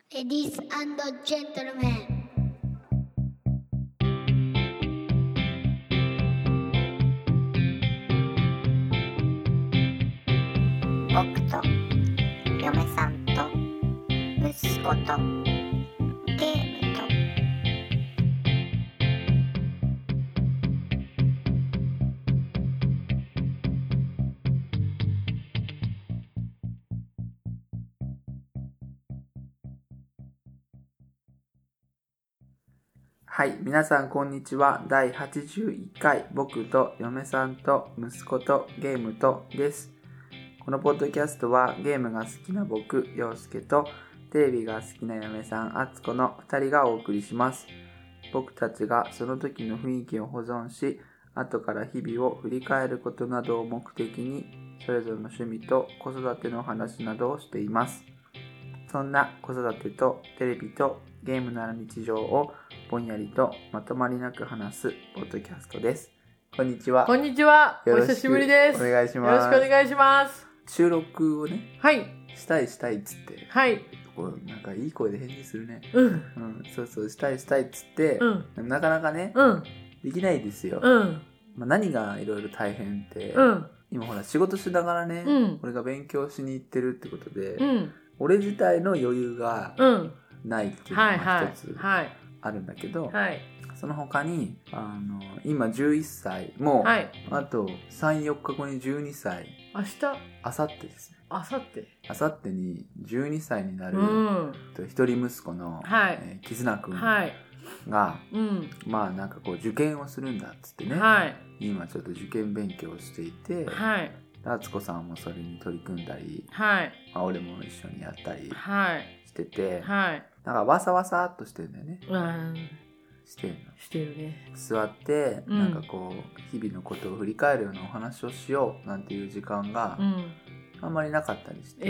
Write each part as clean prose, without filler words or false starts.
Ladies and gentlemen. 僕と嫁さんと息子とゲームとはい、皆さんこんにちは。第81回僕と嫁さんと息子とゲームとです。このポッドキャストはゲームが好きな僕、陽介とテレビが好きな嫁さん、あつこの2人がお送りします。僕たちがその時の雰囲気を保存し、後から日々を振り返ることなどを目的に、それぞれの趣味と子育ての話などをしています。そんな子育てとテレビとゲームなら日常をぼんやりとまとまりなく話すポッドキャストです。こんにちは。 こんにちは。お久しぶりです。 お願いします。 よろしくお願いします。 収録をね、 はい。 したいっつって、 はい。 こうなんかいい声で返事するね。 うん。 そう、したいっつって、でもなかなかね、できないですよ。何がいろいろ大変って、今ほら仕事しながらね、俺が勉強しに行ってるってことで、俺自体の余裕がないっていうのが一つあるんだけど、その他に今11歳もう、あと 3,4 日後に12歳、明後日ですね。明後日に12歳になる一人息子の絆くんが、まあなんかこう受験をするんだっつってね、今ちょっと受験勉強をしていて、あつこさんもそれに取り組んだり、俺も一緒にやったりしてて、なんかわさわさっとしてるんだよね。してるね。座って、なんかこう日々のことを振り返るようなお話をしようなんていう時間があんまりなかったりして、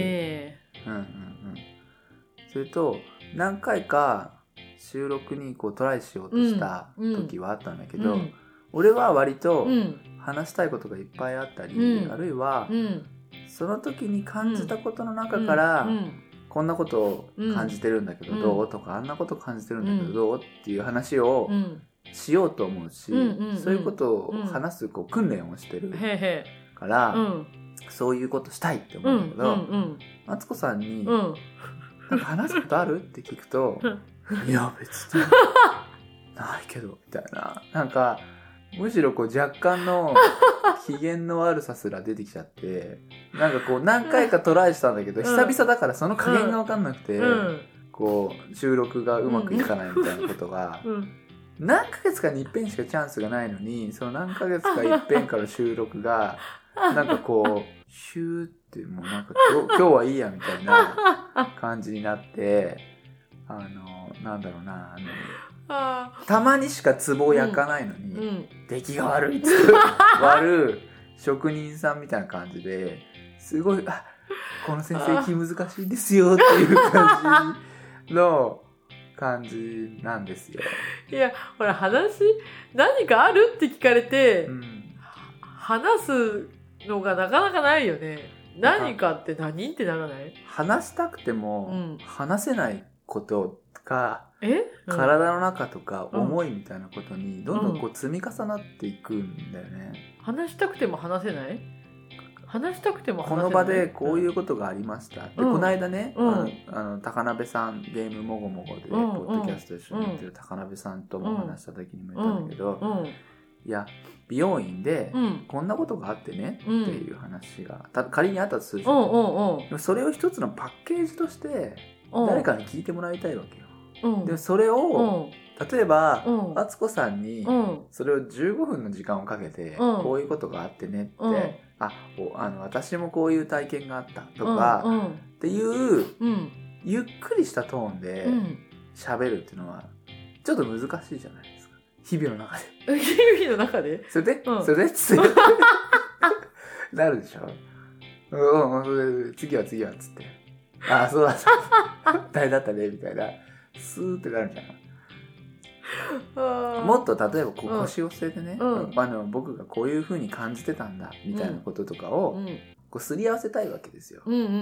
それと何回か収録にこうトライしようとした時はあったんだけど、俺は割と話したいことがいっぱいあったり、あるいはその時に感じたことの中からこんなことを感じてるんだけどどうとか、あんなこと感じてるんだけどどうっていう話をしようと思うし、そういうことを話すこう訓練をしてるから、そういうことしたいって思うんだけど、あつこさんになんか話すことあるって聞くといや別にないけどみたいな、なんかむしろこう若干の機嫌の悪さすら出てきちゃって、なんかこう何回かトライしたんだけど、久々だからその加減が分かんなくて、こう収録がうまくいかないみたいなことが、何ヶ月かに一遍しかチャンスがないのに、その何ヶ月か一遍から収録がなんかこうシューってもうなんか今日はいいやみたいな感じになって、なんだろうな、たまにしか壺を焼かないのに、出来が悪いって割る職人さんみたいな感じで、すごいこの先生気難しいですよっていう感じの感じなんですよ。 いやほら、何かあるって聞かれて、話すのがなかなかないよね。何かって何ってならない？ 話したくても話せないことが、体の中とか思いみたいなことにどんどんこう積み重なっていくんだよね。 話したくても話せない？ この場でこういうことがありました。でこの間ね、高鍋さん、ゲームもごもごでポッドキャスト一緒にやってる高鍋さんとも話した時にも言ったんだけど、いや美容院でこんなことがあってねっていう話が仮にあったとするじゃん。それを一つのパッケージとして誰かに聞いてもらいたいわけよ。でそれを例えばあつこさんにそれを15分の時間をかけてこういうことがあってねって、私もこういう体験があったとかっていうゆっくりしたトーンで喋るっていうのはちょっと難しいじゃないですか、日々の中で。それでなるでしょ。次はっつって、そうだ大変だったねみたいな、スーってなるじゃん。もっと例えば腰を据えてね、僕がこういう風に感じてたんだみたいなこととかをこうすり合わせたいわけですよ。 うんうんうんうん、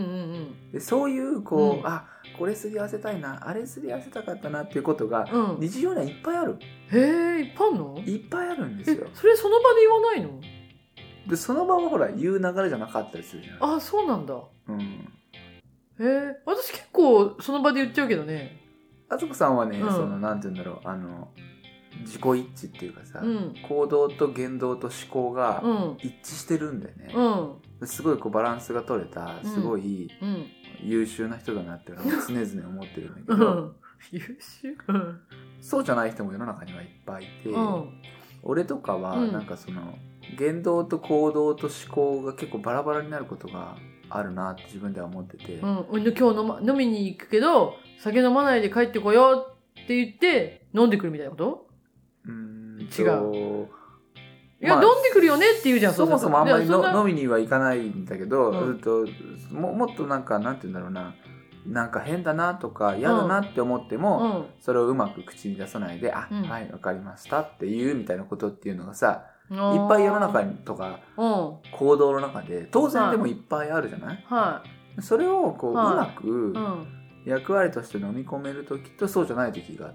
でそういうこう、あ、これすり合わせたいな、あれすり合わせたかったなっていうことが、日常にはいっぱいある。 へえ、いっぱいあるの？ いっぱいあるんですよ。 それその場で言わないの？ でその場はほら言う流れじゃなかったりするじゃん。 あ、そうなんだ。 うん。 へえ、私結構その場で言っちゃうけどね。 あつこさんはね、そのなんて言うんだろう、自己一致っていうかさ、行動と言動と思考が一致してるんだよね。すごいこうバランスが取れた、すごい優秀な人だなって常々思ってるんだけど、 優秀？ そうじゃない人も世の中にはいっぱいいて、俺とかはなんかその言動と行動と思考が結構バラバラになることがあるなって自分では思ってて、 今日飲みに行くけど酒飲まないで帰ってこようって言って飲んでくるみたいなこと？違う。いや、飲んでくるよねって言うじゃん。 そもそもあんまり飲みには行かないんだけど、もっとなんかなんて言うんだろうな、なんか変だなとか嫌だなって思っても、それをうまく口に出さないで、はい、わかりましたっていうみたいなことっていうのがさ、いっぱい世の中にとか、行動の中で当然でもいっぱいあるじゃない？それをこう、うまく役割として飲み込める時とそうじゃない時があって、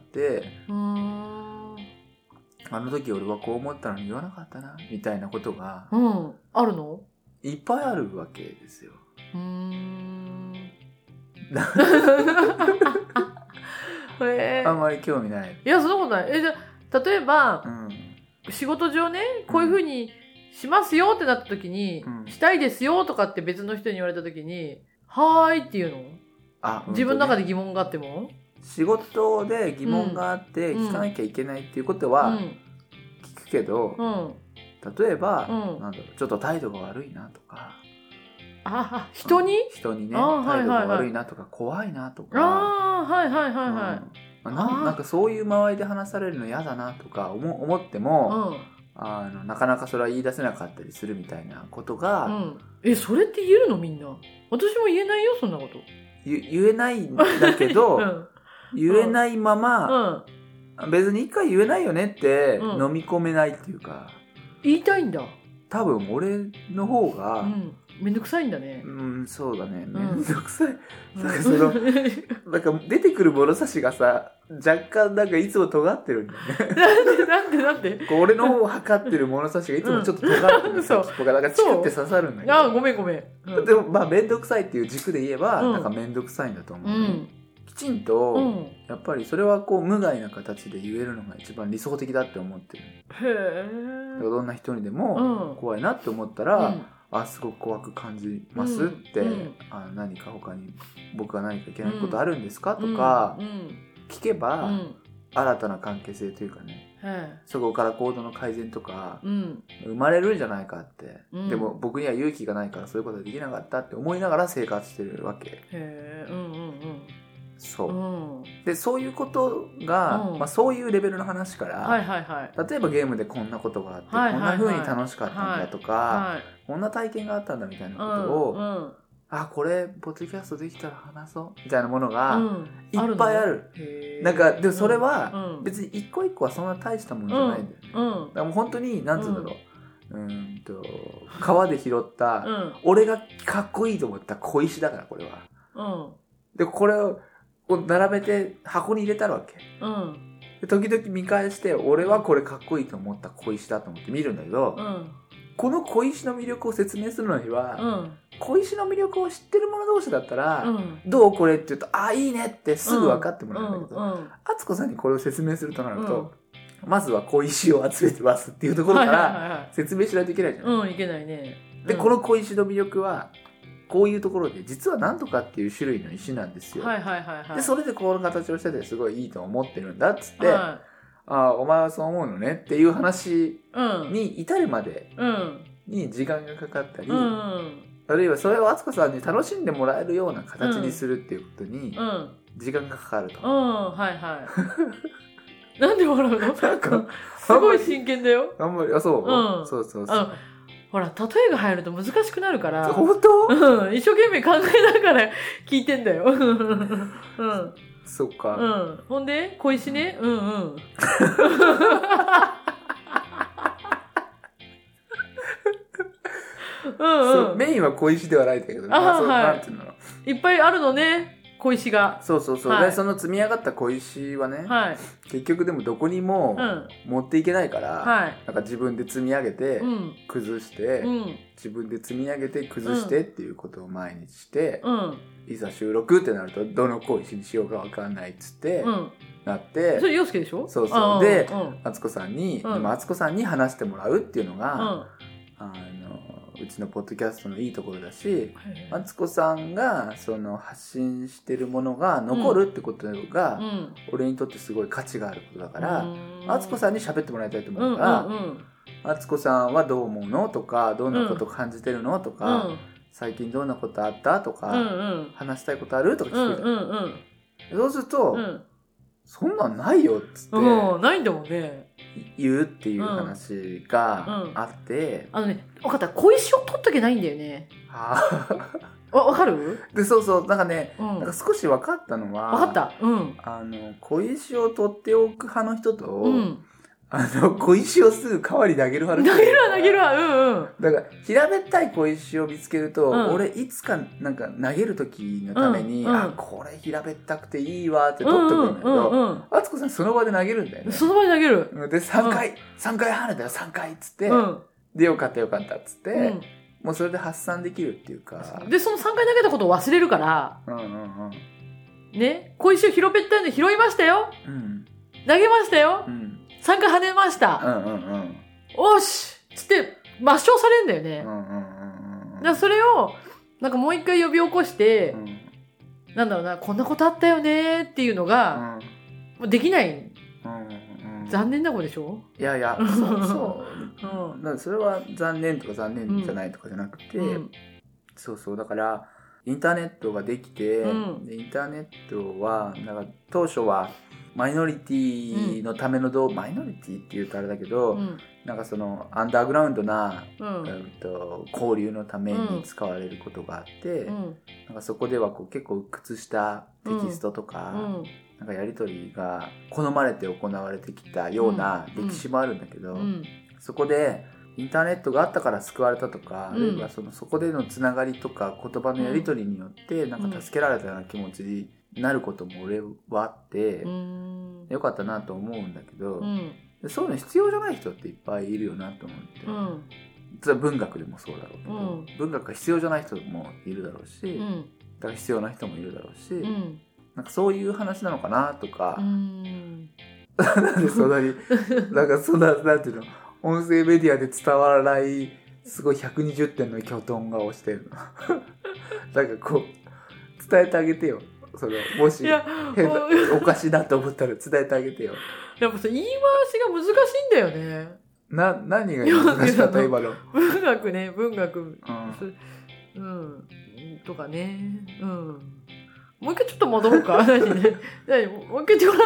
あの時俺はこう思ったのに言わなかったなみたいなことが、 あるの？ いっぱいあるわけですよ。あんまり興味ない。 いや、そんなことない。じゃあ例えば、仕事上ね、こういう風にしますよってなった時に、したいですよとかって別の人に言われた時に、はーいって言うの？自分の中で疑問があっても？ 仕事で疑問があって聞かなきゃいけないっていうことは聞くけど、例えば、なんだろう、ちょっと態度が悪いなとか、 人にね、態度が悪いなとか、怖いなとか、なんかそういう間合いで話されるの嫌だなとか思っても、なかなかそれは言い出せなかったりするみたいなことが、 それって言えるの？みんな。私も言えないよ、そんなこと。 言えないんだけど、言えないまま、別に一回言えないよねって飲み込めないっていうか、 言いたいんだ。 多分俺の方が、 めんどくさいんだね。 そうだね。めんどくさい。なんか出てくる物差しがさ、若干なんかいつも尖ってるんだよね。 なんで俺の方を測ってる物差しがいつもちょっと尖ってるんだよ。なんかチクって刺さるんだけど。 ごめん。 でもまあめんどくさいっていう軸で言えば、なんかめんどくさいんだと思う。きちんと、やっぱりそれはこう無害な形で言えるのが一番理想的だって思ってる。どんな人にでも怖いなって思ったら、すごく怖く感じますって、何か他に僕は何かいけないことあるんですかとか聞けば、新たな関係性というかね、そこから行動の改善とか生まれるんじゃないかって、でも僕には勇気がないからそういうことができなかったって思いながら生活してるわけ。そう、でそういうことが、そういうレベルの話から、例えばゲームでこんなことがあって、こんな風に楽しかったんだとか、こんな体験があったんだみたいなことを、これポッドキャストできたら話そうみたいなものがいっぱいある。なんかでもそれは別に一個一個はそんな大したもんじゃないんだよね。だからもう本当に何て言うんだろう、川で拾った、俺がかっこいいと思った小石だからこれは。でこれを並べて箱に入れたわけ。で時々見返して俺はこれかっこいいと思った小石だと思って見るんだけど、この小石の魅力を説明するのには、小石の魅力を知ってる者同士だったら、どうこれって言うと、いいねってすぐ分かってもらうんだけど、敦子さんにこれを説明するとなると、まずは小石を集めてますっていうところから説明しないといけないじゃん。 いけないね。 でこの小石の魅力はこういうところで実は何とかっていう種類の石なんですよ。でそれでこの形をしててすごいいいと思ってるんだっつって、お前はそう思うのねっていう話に至るまでに時間がかかったり、あるいはそれを敦子さんに楽しんでもらえるような形にするっていうことに時間がかかると。 なんで笑うの？なんかすごい真剣だよ。 あんまりそうほら、例えが入ると難しくなるから。 本当？ 一生懸命考えながら聞いてんだよ。 そっか。 ほんで、小石ね。 うんうん、 メインは小石ではないんだけどね。なんていうの。 いっぱいあるのね。小石が。 そうそうそう。で、その積み上がった小石はね、結局でもどこにも持っていけないから、なんか自分で積み上げて、崩して、自分で積み上げて崩してっていうことを毎日して、いざ収録ってなると、どの小石にしようかわかんないっつって、なって。 それ陽介でしょ？ そうそう。で、敦子さんに話してもらうっていうのが、うちのポッドキャストのいいところだし、敦子さんがその発信してるものが残るってことが、俺にとってすごい価値があることだから、敦子さんに喋ってもらいたいと思うから、敦子さんはどう思うのとか、どんなこと感じてるのとか、最近どんなことあったとか、話したいことあるとか聞くじゃん。そうすると、そんなんないよっつって、 ないんだもんね。 言うっていう話があって、 分かった。小石を取っとけないんだよね。わかる？ で、そうそう、なんかね、なんか少し分かったのは、 分かった。 小石を取っておく派の人と、小石をすぐ川に投げる派の人。 投げるわ。 だから、平べったい小石を見つけると、俺いつかなんか投げる時のために、これ平べったくていいわって取っとくんだけど、敦子さんその場で投げるんだよね。 その場で投げる。 で、3回跳ねたよ、3回っつって、で、よかったっつって、もうそれで発散できるっていうか。 で、その3回投げたことを忘れるから、ね、小石を拾べったいの拾いましたよ。投げましたよ。3回跳ねました。おしつって、抹消されるんだよね。だからそれを、なんかもう一回呼び起こして、なんだろうな、こんなことあったよねっていうのが、できない。残念な子でしょ？ いやいや、そう。それは残念とか残念じゃないとかじゃなくて、そうそう。だから、インターネットができて、でインターネットは、なんか当初は、マイノリティのためのマイノリティって言うとあれだけど、なんかそのアンダーグラウンドな、交流のために使われることがあって、なんかそこではこう結構鬱屈したテキストとか、なんかやり取りが好まれて行われてきたような歴史もあるんだけど、そこでインターネットがあったから救われたとか、あるいはそこでのつながりとか言葉のやり取りによってなんか助けられたような気持ちになることも俺はあって、よかったなと思うんだけど、そういうの必要じゃない人っていっぱいいるよなと思って、それは文学でもそうだろうけど、文学が必要じゃない人もいるだろうし、だから必要な人もいるだろうし、なんかそういう話なのかなとか、なんでそんなに、なんかそんな、なんていうの、音声メディアで伝わらない、すごい120点のキョトン顔してるの。なんかこう、伝えてあげてよ。それもし変なおかしいなと思ったら伝えてあげてよ。 やっぱさ、言い回しが難しいんだよね。 何が難しかった今の。 文学ね、文学。とかね。もう一回ちょっと戻ろうか。何もう一回言ってごら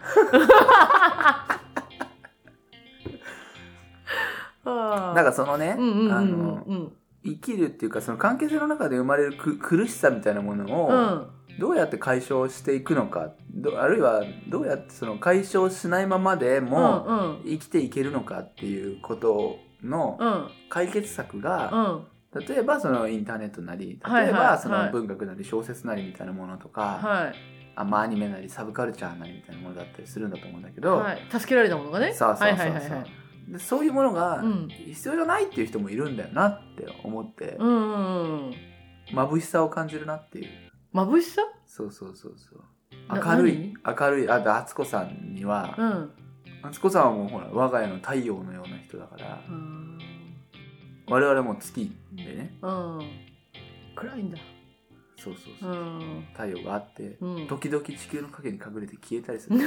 ん。なんかそのね、生きるっていうかその関係性の中で生まれる苦しさみたいなものを、どうやって解消していくのか、あるいはどうやってその解消しないままでも生きていけるのかっていうことの解決策が、例えばそのインターネットなり、例えばその文学なり小説なりみたいなものとか、アニメなりサブカルチャーなりみたいなものだったりするんだと思うんだけど、 助けられたものがね。 でそういうものが必要じゃないっていう人もいるんだよなって思って、眩しさを感じるなっていう。 眩しさ？ そう。明るい。敦子さんには、敦子さんはもうほら、我が家の太陽のような人だから、我々も月でね。 暗いんだ。 そう。太陽があって、時々地球の影に隠れて消えたりする。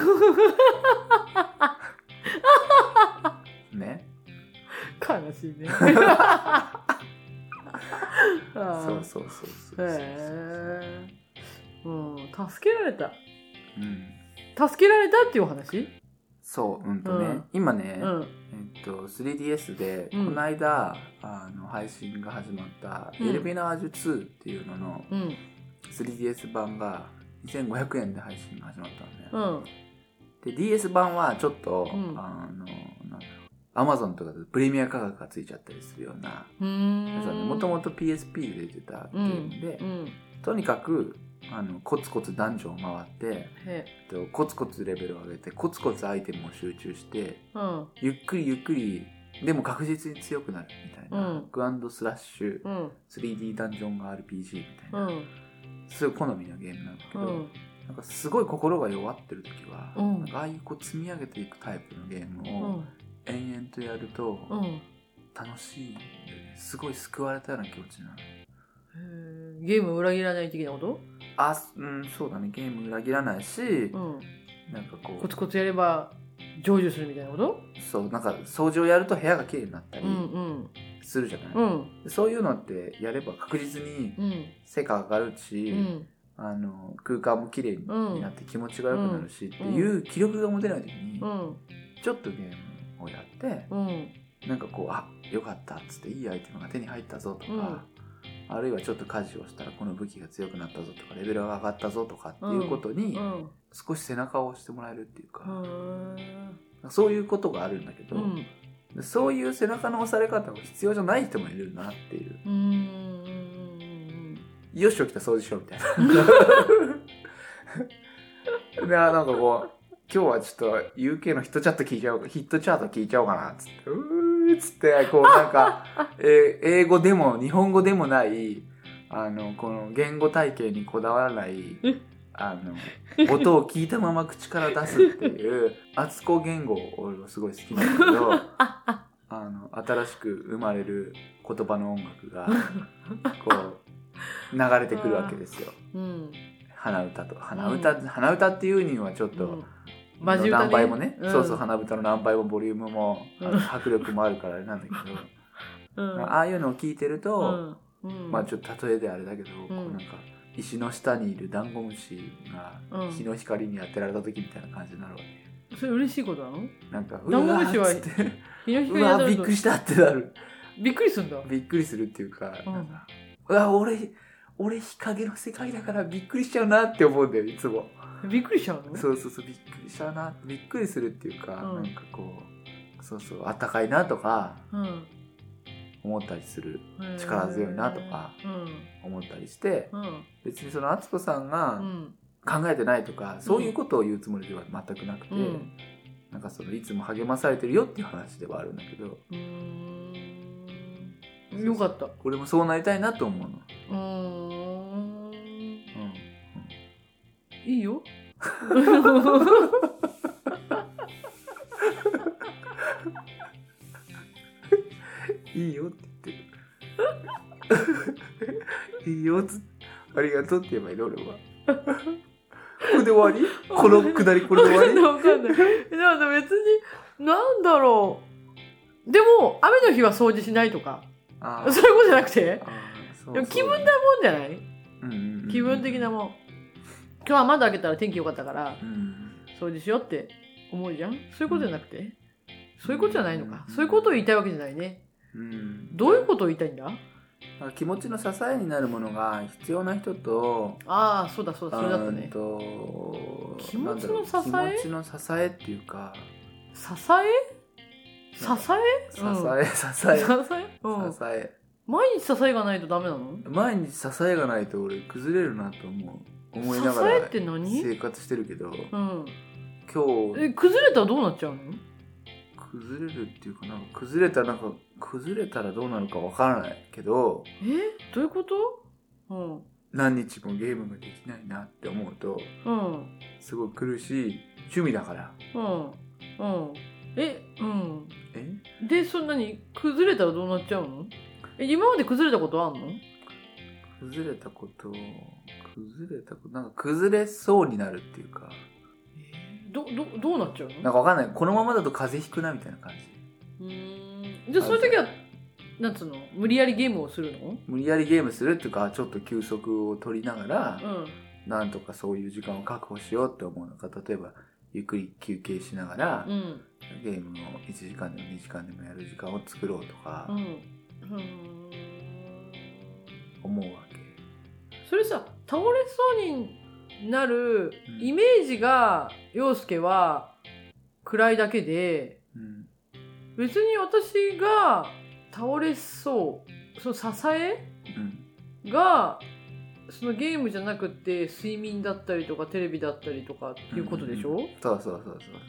ね。 悲しいね。 そう。 助けられた。助けられたっていうお話？ そう、今ね、3DS で、この間、配信が始まった、エルベナージュ2っていうのの、3DS 版が2500円で配信が始まったのね。で、DS 版はちょっと、 Amazon とかだとプレミア価格がついちゃったりするような、もともと PSP で出てたゲームで、とにかくコツコツダンジョンを回ってコツコツレベルを上げてコツコツアイテムを集中して、ゆっくりゆっくりでも確実に強くなるみたいな、ハック&スラッシュ、3D ダンジョン RPG みたいな、そういう好みのゲームなんだけど、なんかすごい心が弱ってる時は、なんかああいうこう積み上げていくタイプのゲームを延々とやると楽しいんで、すごい救われたような気持ちになる。 ゲーム裏切らない的なこと？ そうだね。ゲーム裏切らないし、なんかこうコツコツやれば成就するみたいなこと？ そう、なんか掃除をやると部屋が綺麗になったりするじゃない、そういうのってやれば確実に成果上がるし、空間も綺麗になって気持ちが良くなるしっていう気力が持てない時に、ちょっとゲームをやって、なんかこうよかったっつっていいアイテムが手に入ったぞとか、あるいはちょっと家事をしたらこの武器が強くなったぞとかレベルが上がったぞとかっていうことに少し背中を押してもらえるっていうか、そういうことがあるんだけど、そういう背中の押され方が必要じゃない人もいるなっていう。よし起きた掃除しようみたいな。でなんかこう今日はちょっと UK のヒットチャート聞いちゃおうかなっつってつってこうなんか英語でも日本語でもないこの言語体系にこだわらない音を聞いたまま口から出すっていう厚子言語を俺はすごい好きなんだけど新しく生まれる言葉の音楽がこう流れてくるわけですよ。鼻歌っていうにはちょっと、何倍もね、そう鼻歌の何倍もボリュームも迫力もあるからあれなんだけど、ああいうのを聞いてると、まあちょっと例えであれだけど、こうなんか石の下にいるダンゴムシが日の光に当てられた時みたいな感じになるわけ。 それ嬉しいことなの？ なんかダンゴムシは日の光に当たるとうわびっくりしたってなる。 びっくりするんだ。 びっくりするっていうか、なんかうわ俺日陰の世界だからびっくりしちゃうなって思うんだよいつも。 びっくりしちゃうの？ そうびっくりしちゃうな、びっくりするっていうか、なんかこうあったかいなとか、思ったりする、力強いなとか思ったりして、別にその敦子さんが考えてないとか、そういうことを言うつもりでは全くなくて、なんかそのいつも励まされてるよっていう話ではあるんだけど、 よかった。 俺もそうなりたいなと思うの。 いいよ。 いいよって言ってる。いいよありがとうって言えばいいの俺は。これで終わり？このくだりこれで終わり？ わかんない。別になんだろう。でも雨の日は掃除しないとか。そういうことじゃなくて、気分なもんじゃない？気分的なもん。今日は窓開けたら天気良かったから、掃除しようって思うじゃん？そういうことじゃなくて？そういうことじゃないのか。そういうことを言いたいわけじゃないね。どういうことを言いたいんだ？ 気持ちの支えになるものが必要な人と、 そうだそれだったね。気持ちの支え？ 気持ちの支えっていうか、 支え？毎日支えがないとダメなの？ 毎日支えがないと俺崩れるなと思いながら生活してるけど、今日崩れたらどうなっちゃうの？ 崩れるっていうか、なんか崩れたらどうなるかわからないけど、 どういうこと？ 何日もゲームができないなって思うと、すごい苦しい趣味だから。でそんなに崩れたらどうなっちゃうの？今まで崩れたことあんの？ 崩れたことなんか崩れそうになるっていうか、 どうなっちゃうの？ なんかわかんない。このままだと風邪ひくなみたいな感じ。じゃあそういう時はなんつうの、無理やりゲームをするの？ 無理やりゲームするっていうか、ちょっと休息を取りながら、なんとかそういう時間を確保しようって思うのか、例えばゆっくり休憩しながら、ゲームを1時間でも2時間でもやる時間を作ろうとか、思うわけ。 それさ、倒れそうになるイメージが陽介は暗いだけで、 別に私が倒れそう、その支え、がそのゲームじゃなくて睡眠だったりとかテレビだったりとかっていうことでしょ、 そうそう。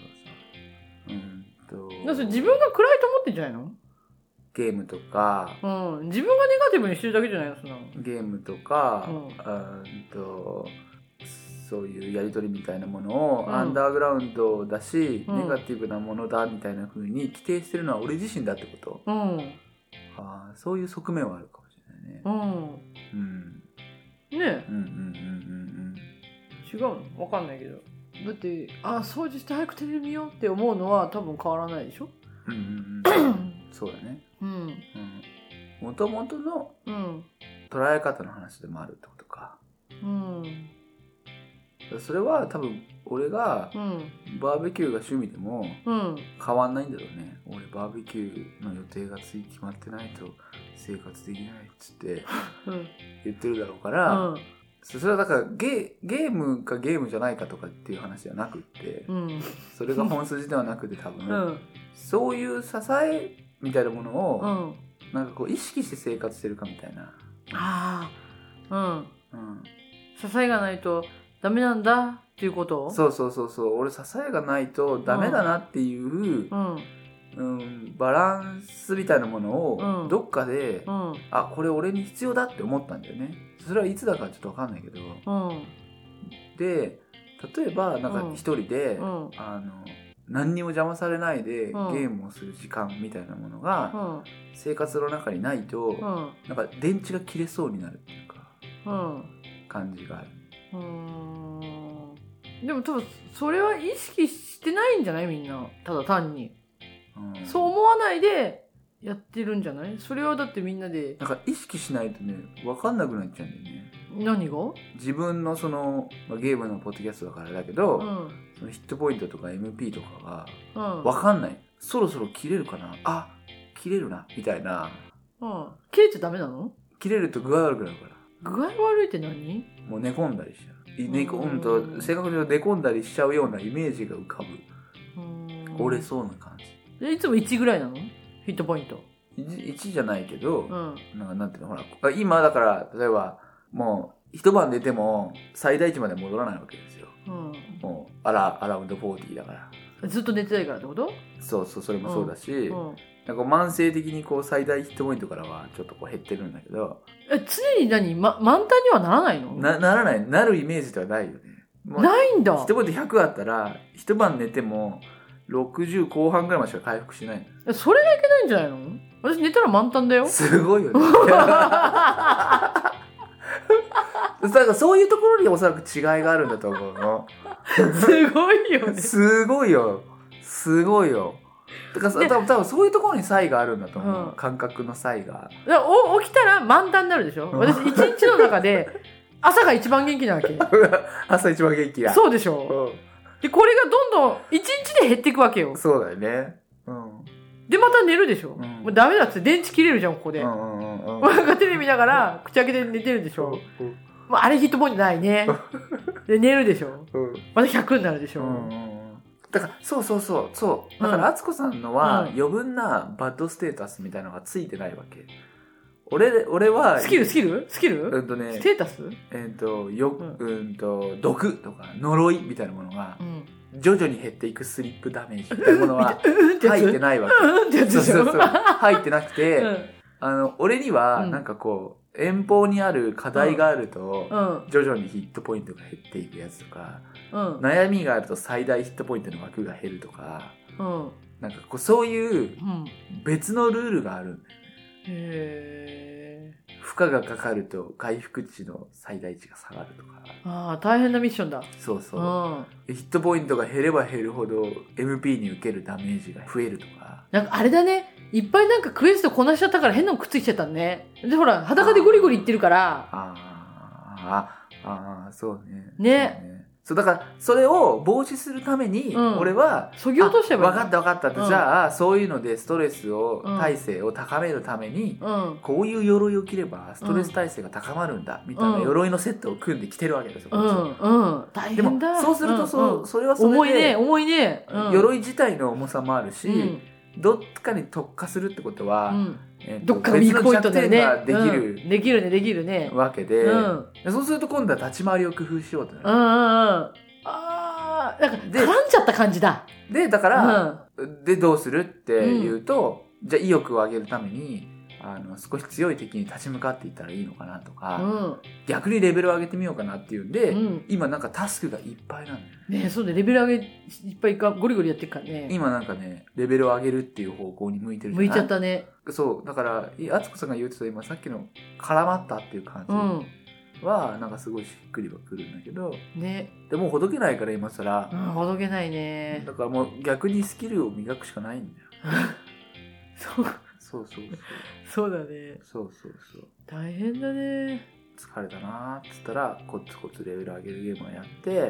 だって自分が暗いと思ってんじゃないの？ ゲームとか、 自分がネガティブにしてるだけじゃないの？そんなの。 ゲームとか、そういうやり取りみたいなものをアンダーグラウンドだし、ネガティブなものだみたいな風に規定してるのは俺自身だってこと？そういう側面はあるかもしれないね。 ねえ。違うの？わかんないけど。だって掃除して早くテレビ見ようって思うのは多分変わらないでしょ？ そうだね。もともとの捉え方の話でもあるってことか。それは多分俺がバーベキューが趣味でも変わんないんだろうね。俺バーベキューの予定が決まってないと生活できないっつって言ってるだろうから、それはだからゲームかゲームじゃないかとかっていう話じゃなくって、それが本筋ではなくて多分、そういう支えみたいなものをなんかこう意識して生活してるかみたいな。 支えがないとダメなんだっていうこと？そう。 俺支えがないとダメだなっていう、バランスみたいなものをどっかで、これ俺に必要だって思ったんだよね。それはいつだかちょっと分かんないけど、で例えばなんか一人で、何にも邪魔されないでゲームをする時間みたいなものが生活の中にないと、なんか電池が切れそうになるっていうか、感じがある。 でも多分それは意識してないんじゃない？みんなただ単に、そう思わないでやってるんじゃない？それはだってみんなでなんか意識しないとね分かんなくなっちゃうんだよね。 何が？ 自分のその、ゲームのポッドキャストだからだけど、そのヒットポイントとか MP とかが分かんない、そろそろ切れるかな、切れるなみたいな、 切れちゃダメなの？ 切れると具合悪くなるから。 具合悪いって何？ もう寝込んだりしちゃう。正確に言うと寝込んだりしちゃうようなイメージが浮かぶ。折れそうな感じ。 いつも1ぐらいなの？ヒットポイント。 1じゃないけど、なんていうの、ほら、今だから、例えば、もう、一晩寝ても、最大値まで戻らないわけですよ。もう、アラウンド40だから。 ずっと寝てないからってこと？ そう、それもそうだし、なんか慢性的にこう、最大ヒットポイントからは、ちょっとこう減ってるんだけど。 常に満タンにはならないの？ならない。なるイメージではないよね。 ないんだ。 ヒットポイント100あったら、一晩寝ても、60後半ぐらいまでしか回復しない。 それがいけないんじゃないの？私寝たら満タンだよ。 すごいよね。だからそういうところにおそらく違いがあるんだと思うの。 すごいよね。 すごいよ。だから多分そういうところに差異があるんだと思う。感覚の差異が。 起きたら満タンになるでしょ？私一日の中で朝が一番元気なわけ。 朝一番元気だ。 そうでしょ？で、これがどんどん一日で減っていくわけよ。 そうだよね。 で、また寝るでしょ。もうダメだって電池切れるじゃん、ここで。なんかテレビ見ながら口開けて寝てるでしょ。あれヒットポイントないね。で、寝るでしょ。また100になるでしょ。 だから、そう。だから、敦子さんのは余分なバッドステータスみたいなのがついてないわけ。俺はスキルステータス毒とか呪いみたいなものが徐々に減っていくスリップダメージみたいなものは入ってないわけ。そう入ってなくて、俺にはなんかこう遠方にある課題があると徐々にヒットポイントが減っていくやつとか、悩みがあると最大ヒットポイントの枠が減るとか、なんかこうそういう別のルールがあるんだよね。負荷がかかると回復値の最大値が下がるとか。 大変なミッションだ。 そう。ヒットポイントが減れば減るほど MP に受けるダメージが増えるとか。 なんかあれだね。いっぱいなんかクエストこなしちゃったから変なのくっついちゃったね。で、ほら、裸でゴリゴリいってるから。 そうね。 ね。 そうだからそれを防止するために俺はそぎ落としてばいい。 分かったって、じゃあそういうのでストレスを耐性を高めるためにこういう鎧を着ればストレス耐性が高まるんだみたいな鎧のセットを組んで着てるわけですよ。 大変だ。 でもそうするとそれはそれで重いね。 鎧自体の重さもあるしどっかに特化するってことは、 どっかがウィークポイントだよね。 できる、 できるね。 わけで、そうすると今度は立ち回りを工夫しようってなる。 なんか絡んじゃった感じだ。 で、だから、で、どうするって言うと、じゃあ意欲を上げるために、少し強い敵に立ち向かっていったらいいのかなとか、逆にレベルを上げてみようかなっていうんで、今なんかタスクがいっぱいなんだよね。そうで、レベル上げいっぱいゴリゴリやってるからね。 今なんかね、レベルを上げるっていう方向に向いてるじゃない？ 向いちゃったね。 そう、だから、敦子さんが言うてた今さっきの絡まったっていう感じは、なんかすごいしっくりはくるんだけど、ね。でもほどけないから今更。 ほどけないね。 だからもう逆にスキルを磨くしかないんだよ。 そうだね。 そう。 大変だね。 疲れたなーっつったらコツコツレベル上げるゲームをやって。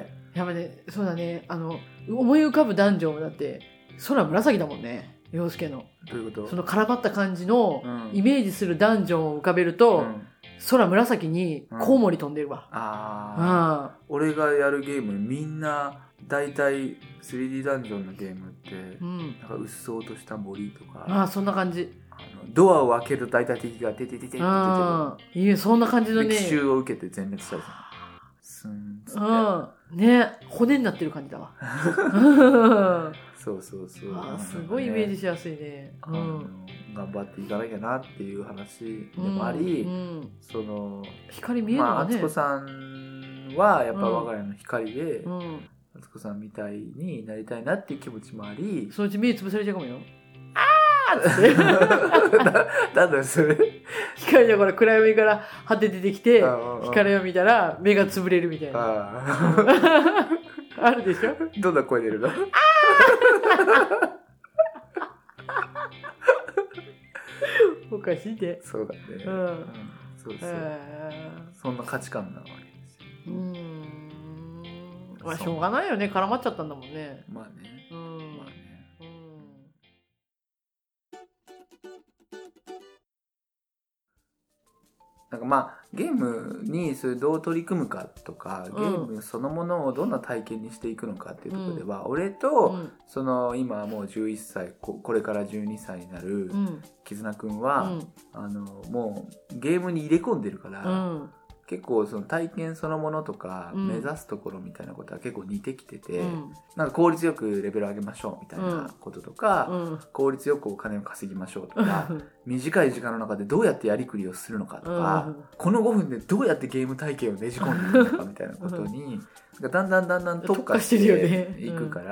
やっぱね、そうだね。思い浮かぶダンジョンだって空紫だもんね。陽介の。 どういうこと？ その絡まった感じのイメージするダンジョンを浮かべると、空紫にコウモリ飛んでるわ。 俺がやるゲームみんなだいたい 3D ダンジョンのゲームって、なんかうっそうとした森とか、 そんな感じ。 ドアを開けると大体敵が出てって出てる。 いや、そんな感じのね。 奇襲を受けて全滅したりする。スンつって。 ね、骨になってる感じだわ。 そう。 すごいイメージしやすいね。 頑張っていかなきゃなっていう話でもあり、 光見えるのね。 敦子さんはやっぱ我が家の光で、敦子さんみたいになりたいなっていう気持ちもあり、 そのうち目つぶされちゃうかもよ。ってなんだそれ。 光だから暗闇から果て出てきて、光を見たら目がつぶれるみたいな。あるでしょ？ どんな声出るの？ おかしいで。 そうだね。そう。そんな価値観なわけですよ。 まあしょうがないよね。絡まっちゃったんだもんね。 まあね。なんかまあゲームにそれどう取り組むかとか、ゲームそのものをどんな体験にしていくのかっていうところでは、俺とその今もう11歳これから12歳になる絆くんは、もうゲームに入れ込んでるから、結構その体験そのものとか目指すところみたいなことは結構似てきてて、なんか効率よくレベル上げましょうみたいなこととか、効率よくお金を稼ぎましょうとか、短い時間の中でどうやってやりくりをするのかとか、この5分でどうやってゲーム体験をねじ込んでいくのかみたいなことにだんだん特化していくから、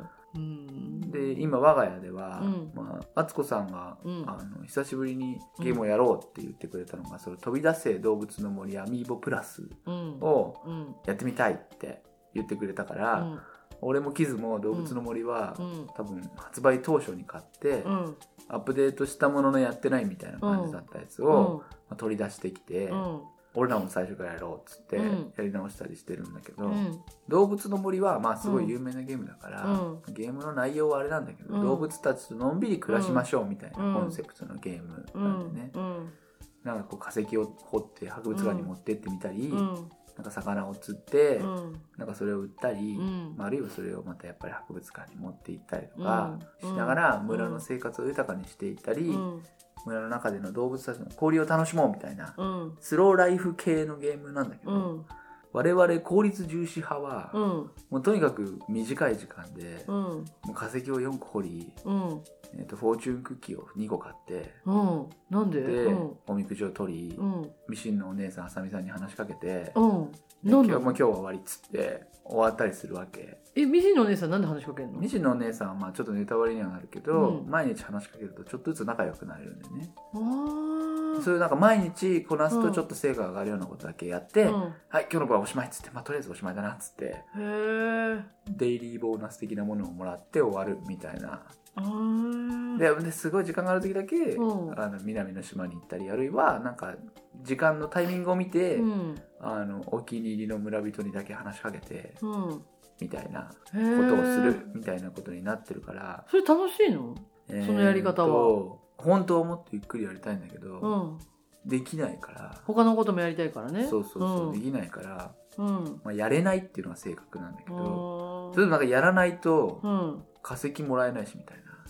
で今我が家では、敦子さんが、久しぶりにゲームをやろうって言ってくれたのが、その飛び出せ動物の森アミーボプラスをやってみたいって言ってくれたから、俺もキズも動物の森は、多分発売当初に買って、アップデートしたもののやってないみたいな感じだったやつを、取り出してきて、俺らも最初からやろうっつってやり直したりしてるんだけど、動物の森はまあすごい有名なゲームだから、ゲームの内容はあれなんだけど、動物たちとのんびり暮らしましょうみたいなコンセプトのゲームなんでね、なんかこう化石を掘って博物館に持ってってみたり、なんか魚を釣って、なんかそれを売ったり、あるいはそれをまたやっぱり博物館に持って行ったりとかしながら村の生活を豊かにしていったり、村の中での動物たちの交流を楽しもうみたいな、スローライフ系のゲームなんだけど、我々効率重視派は、もうとにかく短い時間で、もう化石を4個掘り、フォーチュンクッキーを2個買って、 なんで？ おみくじを取り、ミシンのお姉さんあさみさんに話しかけて、 今日は終わりっつって終わったりするわけ。 ミシンのお姉さんなんで話しかけるの？ ミシンのお姉さんはまあちょっとネタバレにはなるけど、毎日話しかけるとちょっとずつ仲良くなれるんだよね。そういうなんか毎日こなすとちょっと成果が上がるようなことだけやって、はい今日の分はおしまいっつって、とりあえずおしまいだなっつって、デイリーボーナス的なものをもらって終わるみたいな。ですごい時間がある時だけ、南の島に行ったり、あるいはなんか時間のタイミングを見て、お気に入りの村人にだけ話しかけて、みたいなことをするみたいなことになってるから。 それ楽しいの？そのやり方は。 本当はもっとゆっくりやりたいんだけど、できないから。 他のこともやりたいからね。 そう、できないから、やれないっていうのが性格なんだけど、それでもなんかやらないと化石もらえないしみたいな。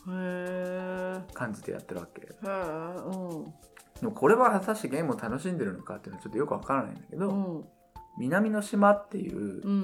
感じでやってるわけ。でもこれは果たしてゲームを楽しんでるのかっていうのはちょっとよくわからないんだけど、南の島っていう、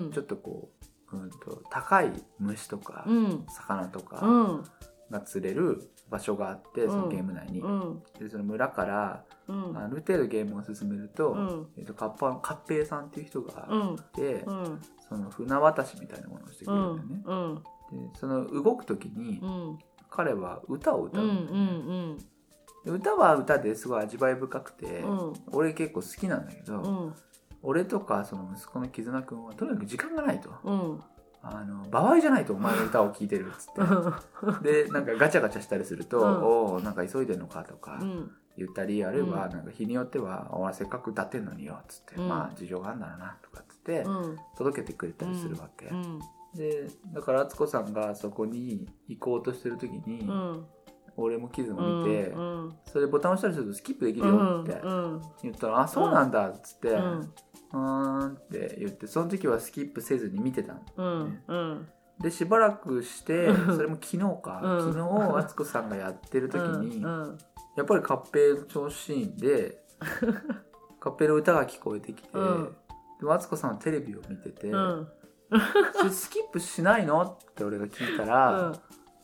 ちょっとこう、高い虫とか、魚とかが釣れる場所があって、そのゲーム内に。でその村から、ある程度ゲームを進めると、カッペイさんっていう人がいて、その船渡しみたいなものをしてくれるんだよね。でその動く時に、彼は歌を歌うんだよね。で歌は歌ですごい味わい深くて、俺結構好きなんだけど、俺とかその息子の絆くんはとにかく時間がないと。場合じゃないとお前の歌を聴いてるっつってでなんかガチャガチャしたりすると、おなんか急いでんのかとか言ったり、あるいはなんか日によっては俺せっかく歌ってんのによっつって、まあ事情があるんだろうなとかっつって届けてくれたりするわけ。でだから敦子さんがそこに行こうとしてる時に、俺もキズも見て、それでボタン押したりするとスキップできるよって言ったら、あそうなんだっつって、って言って、その時はスキップせずに見てたの、でしばらくしてそれも昨日昨日敦子さんがやってる時に、やっぱりカッペイの調子いいんでカッペイの歌が聞こえてきて、でも敦子さんはテレビを見てて、それスキップしないのって俺が聞いたら、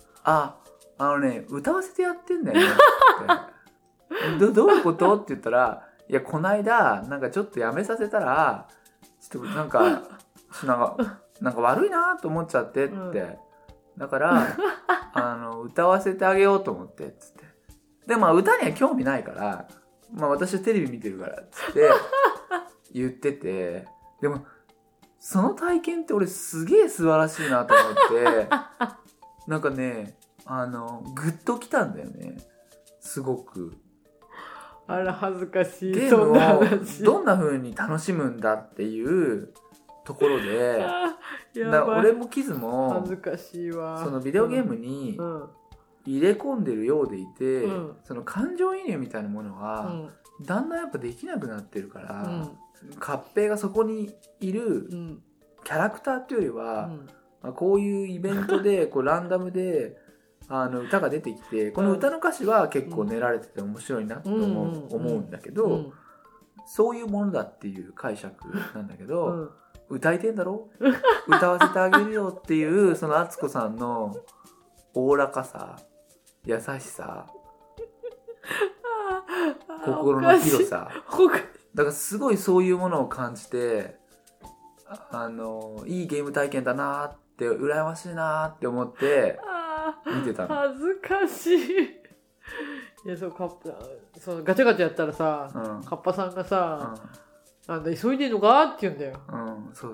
歌わせてやってんだよねってどういうことって言ったら、いやこないだなんかちょっとやめさせたらちょっとなんか悪いなと思っちゃってって、だから歌わせてあげようと思ってっつって、でまあ歌には興味ないから、まあ私はテレビ見てるからっつって言ってて、でもその体験って俺すげえ素晴らしいなと思ってなんかねグッときたんだよね、すごく。 あら恥ずかしい。 ゲームをどんな風に楽しむんだっていうところでだ俺もキズも恥ずかしいわ、 そのビデオゲームに入れ込んでるようでいて、その感情移入みたいなものはだんだんやっぱできなくなってるから、カッペイがそこにいるキャラクターっていうよりは、こういうイベントでこうランダムで歌が出てきて、この歌の歌詞は結構練られてて面白いなと思うんだけど、そういうものだっていう解釈なんだけど、歌いてんだろ歌わせてあげるよっていうその敦子さんのおおらかさ、優しさ、心の広さ、だからすごいそういうものを感じて、いいゲーム体験だなって羨ましいなって思って見てたの。 恥ずかしい。いやそうガチャガチャやったらさ、カッパさんがさ、急いでんのかって言うんだよ。 そう。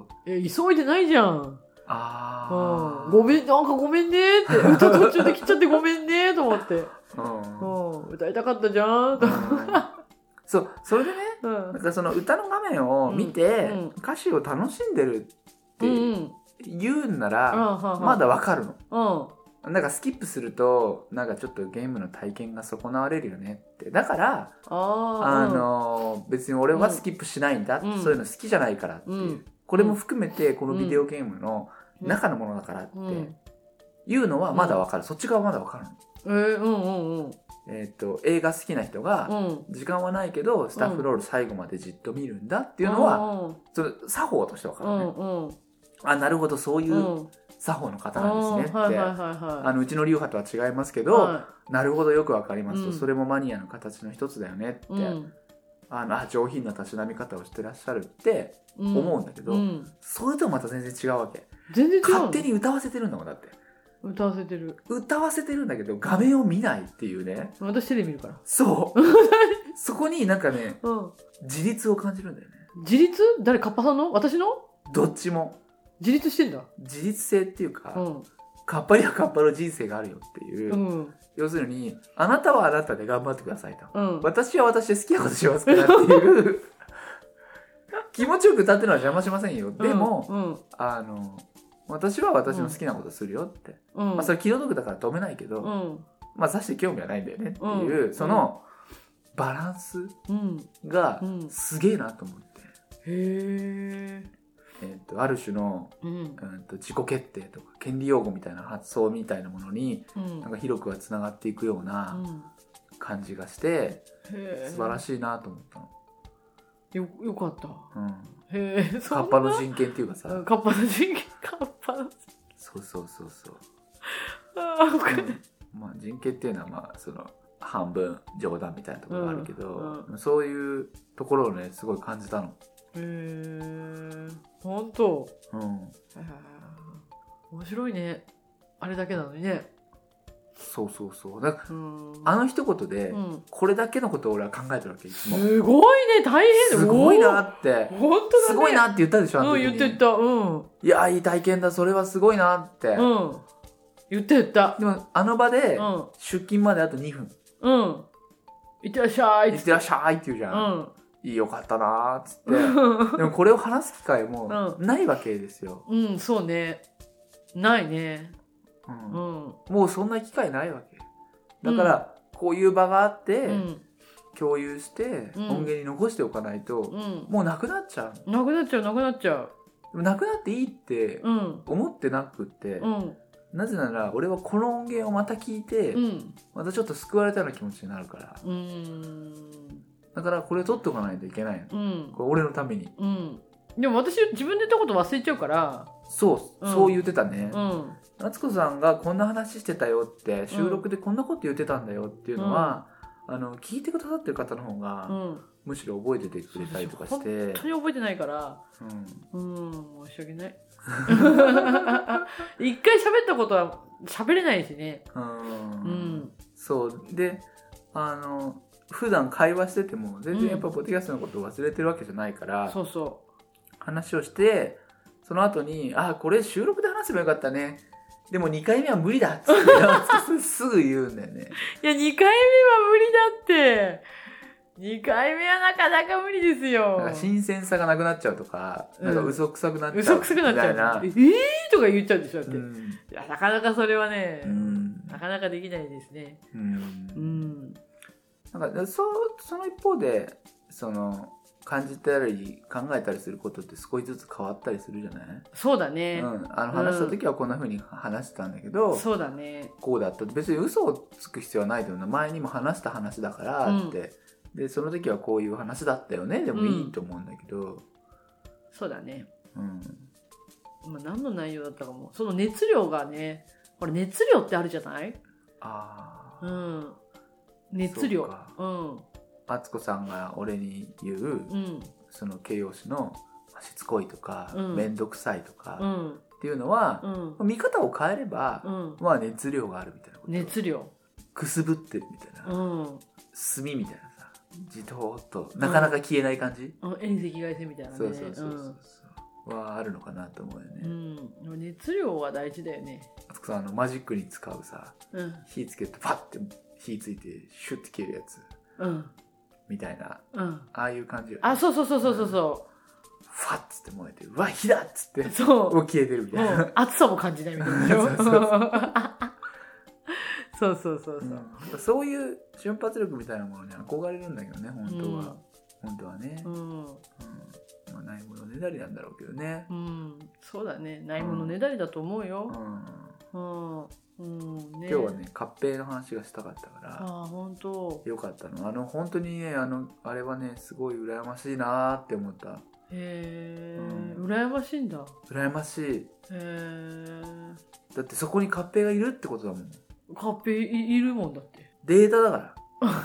急いでないじゃん。ごめんねって歌途中で切っちゃってごめんねと思って。歌いたかったじゃん。 それでね、なんかその歌の画面を見て、歌詞を楽しんでるって言うんならまだわかるの。なんかスキップするとなんかちょっとゲームの体験が損なわれるよねって。だから別に俺はスキップしないんだ、そういうの好きじゃないからっていう、これも含めてこのビデオゲームの中のものだからっていうのはまだわかる、そっち側はまだわかるの。映画好きな人が時間はないけどスタッフロール最後までじっと見るんだっていうのはそれ作法としてわかるね。なるほどそういう作法の方なんですねって、うちの流派とは違いますけど、なるほどよくわかりますと、それもマニアの形の一つだよねって、上品なたしなみ方をしてらっしゃるって思うんだけど、それとはまた全然違うわけ。 全然違う。 勝手に歌わせてるんだもん。だって歌わせてるんだけど画面を見ないっていうね。 私テレビ見るからそうそこになんかね、自立を感じるんだよね。 自立？誰？カッパさんの？私の？ どっちも自立してんだ。 自立性っていうか、カッパにはカッパの人生があるよっていう、要するにあなたはあなたで頑張ってくださいと、私は私で好きなことしますからっていう気持ちよく歌ってるのは邪魔しませんよ、でも、私は私の好きなことするよって、それ気の毒だから止めないけど、さして興味はないんだよねっていう、そのバランスがすげえなと思って。 へー。 ある種の、自己決定とか権利擁護みたいな発想みたいなものに、なんか広くはつながっていくような感じがして、素晴らしいなと思ったの。 よかった。 へえ、カッパの人権っていうかさ。 カッパの人権、カッパの。 そう。 わかんない。 まあ人権っていうのはまあその半分冗談みたいなところがあるけど、そういうところをねすごい感じたの。 へえ、本当。面白いね。あれだけなのにね。 そうだからあの一言でこれだけのことを俺は考えてるわけ。いつもすごいね、大変すごいなって。 本当だね。 すごいなって言ったでしょ。 言った。 いやいい体験だ、それはすごいなって。 言った。 でもあの場で出勤まであと2分。 いってらっしゃい。 いってらっしゃいって言うじゃん。よかったなーっつって。でもこれを話す機会もないわけですよ。 そうね。ないね。 もうそんな機会ないわけ。だから、こういう場があって、共有して、音源に残しておかないと、もうなくなっちゃう。 なくなっちゃう。 なくなっていいって思ってなくって、なぜなら俺はこの音源をまた聞いて、またちょっと救われたような気持ちになるから。だからこれ取っておかないといけないの。これ俺のために。 でも私自分で言ったこと忘れちゃうから。 そう言ってたね。夏子さんがこんな話してたよって、収録でこんなこと言ってたんだよっていうのは、聞いてくださってる方の方が、むしろ覚えててくれたりとかして。 本当に覚えてないから。申し訳ない。一回喋ったことは喋れないしね。 そうで普段会話してても全然やっぱポッドキャストのことを忘れてるわけじゃないから、話をしてその後にこれ収録で話せばよかったね、でも2回目は無理だっつってすぐ言うんだよね。 いや2回目は無理だって。2回目はなかなか無理ですよ。 なんか新鮮さがなくなっちゃうとか、なんか嘘くさくなっちゃうみたいな。 とか言っちゃうんでしょって。いやなかなかそれはね、なかなかできないですね。 なんかその一方で感じたり考えたりすることって少しずつ変わったりするじゃない？ そうだね。 話した時はこんな風に話してたんだけど、 そうだね。 こうだったって別に嘘をつく必要はないと思う。前にも話した話だからって。でその時はこういう話だったよねでもいいと思うんだけど、 そうだね。何の内容だったかも。その熱量がね、これ熱量ってあるじゃない？熱量。 敦子さんが俺に言う、その形容詞のしつこいとか、面倒くさいとか、っていうのは、見方を変えれば、まあ熱量があるみたいなこと。 熱量。 くすぶってるみたいな。炭みたいな。じとーっとなかなか消えない感じ、 遠赤外線みたいなね。 そうはあるのかなと思うよね。 熱量は大事だよね。 あとさマジックに使うさ、火つけてパッて火ついてシュッて消えるやつ、みたいな、ああいう感じよ、ね。 そう。ファッつって燃えてうわ火だっつって消えてるみたいな。 熱さも感じないみたいな。 そういう瞬発力みたいなものに憧れるんだけどね、本当はね。ないものねだりなんだろうけどね。 そうだね、ないものねだりだと思うよ。 今日はね合併の話がしたかったから本当よかったの。本当にねあれはねすごい羨ましいなって思った。 羨ましいんだ。 羨ましい。だってそこに合併がいるってことだもん。 合併いるもんだって。 データだから。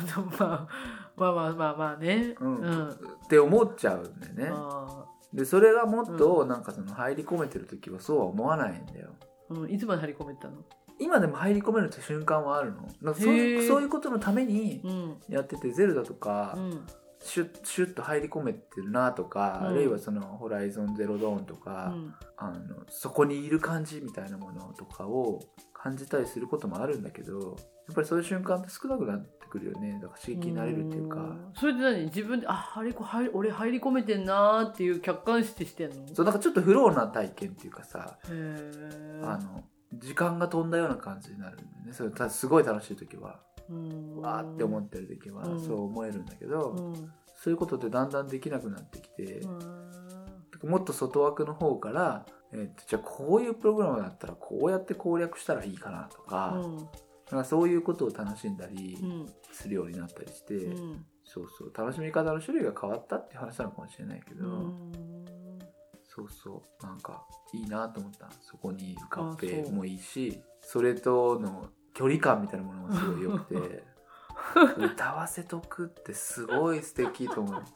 まあね。 って思っちゃうんだよね。でそれがもっとなんか入り込めてる時はそうは思わないんだよ。 いつまで入り込めてたの？ 今でも入り込めるって瞬間はあるの。そういうことのためにやってて、ゼルダとか、シュッと入り込めてるなとか、あるいはホライゾンゼロドーンとか、そこにいる感じみたいなものとかを感じたりすることもあるんだけど、やっぱりそういう瞬間って少なくなってくるよね。だから刺激になれるっていうか。 それで何？自分で俺入り込めてんなーっていう客観視してんの？ そう、なんかちょっとフローな体験っていうかさ、時間が飛んだような感じになるんだよね。それすごい楽しい時は。わーって思ってる時はそう思えるんだけど、そういうことってだんだんできなくなってきて、 もっと外枠の方から、じゃあこういうプログラムだったらこうやって攻略したらいいかなとか、なんかそういうことを楽しんだりするようになったりして、そうそう楽しみ方の種類が変わったっていう話なのかもしれないけど、そうそうなんかいいなと思った。そこにいるカッペもいいし、それとの距離感みたいなものもすごい良くて歌わせとくってすごい素敵と思って、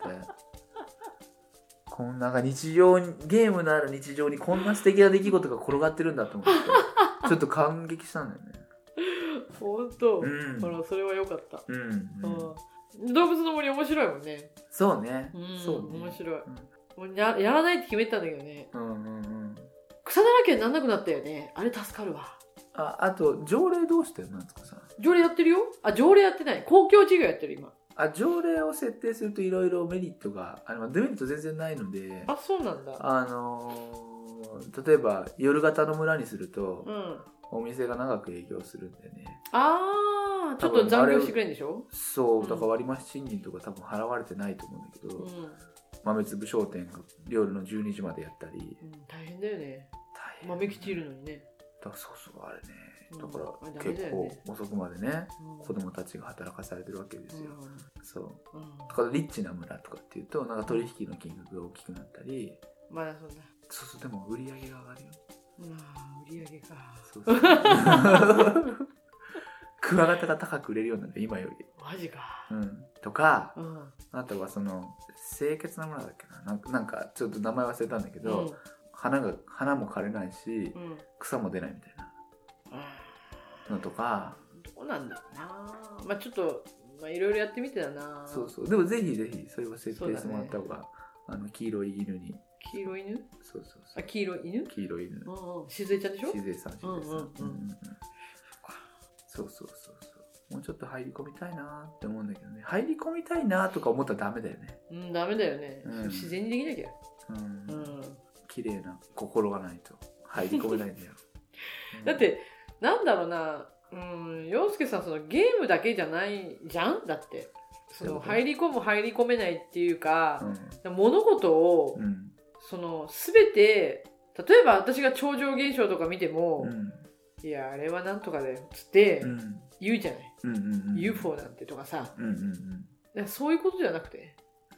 こんなんか日常にゲームのある日常にこんな素敵な出来事が転がってるんだと思ってちょっと感激したんだよね。 本当、ほらそれは良かった。動物の森面白いもんね。 そうね、そうね、 面白い。もうやらないって決めてたんだけどね。草だらけにならなくなったよね。あれ助かるわ。 あと条例どうしてるなんですかさ。 条例やってるよ。条例やってない。公共事業やってる今。 条例を設定するといろいろメリットがデメリット全然ないので。 そうなんだ。 例えば夜型の村にすると、お店が長く営業するんだよね。 ちょっと残業してくれるんでしょ。 そうだから割増賃金とか多分払われてないと思うんだけど、豆粒商店が夜の12時までやったり、 大変だよね。豆吉いるのにね。 そうそうあれね、だから結構遅くまでね、子供たちが働かされてるわけですよ。そう。だからリッチな村とかっていうとなんか取引の金額が大きくなったり、 まだそんな。 そうでも売り上げが上がるよ。 売り上げか。 そうクワガタが高く売れるようになる今より。 マジか。 とか、あとはその清潔な村だっけな、なんかちょっと名前忘れたんだけど、花も枯れないし、草も出ないみたいなのとか。 どうなんだろうな。ちょっといろいろやってみてだな。 そうでもぜひぜひそれは設定してもらった方が、黄色い犬に。 黄色い犬？ そう黄色い犬？ 黄色い犬。 しずえちゃんでしょ？ しずえさん。そうもうちょっと入り込みたいなって思うんだけどね。入り込みたいなとか思ったらダメだよね。 ダメだよね。自然にできなきゃ。 綺麗な心がないと入り込めないんだよ。 だってなんだろうな、陽介さんそのゲームだけじゃないじゃん。だってその入り込む入り込めないっていうか、物事を、その全て例えば私が超常現象とか見ても、いやあれはなんとかだよっつって言うじゃない、UFO なんてとかさ、そういうことじゃなくて、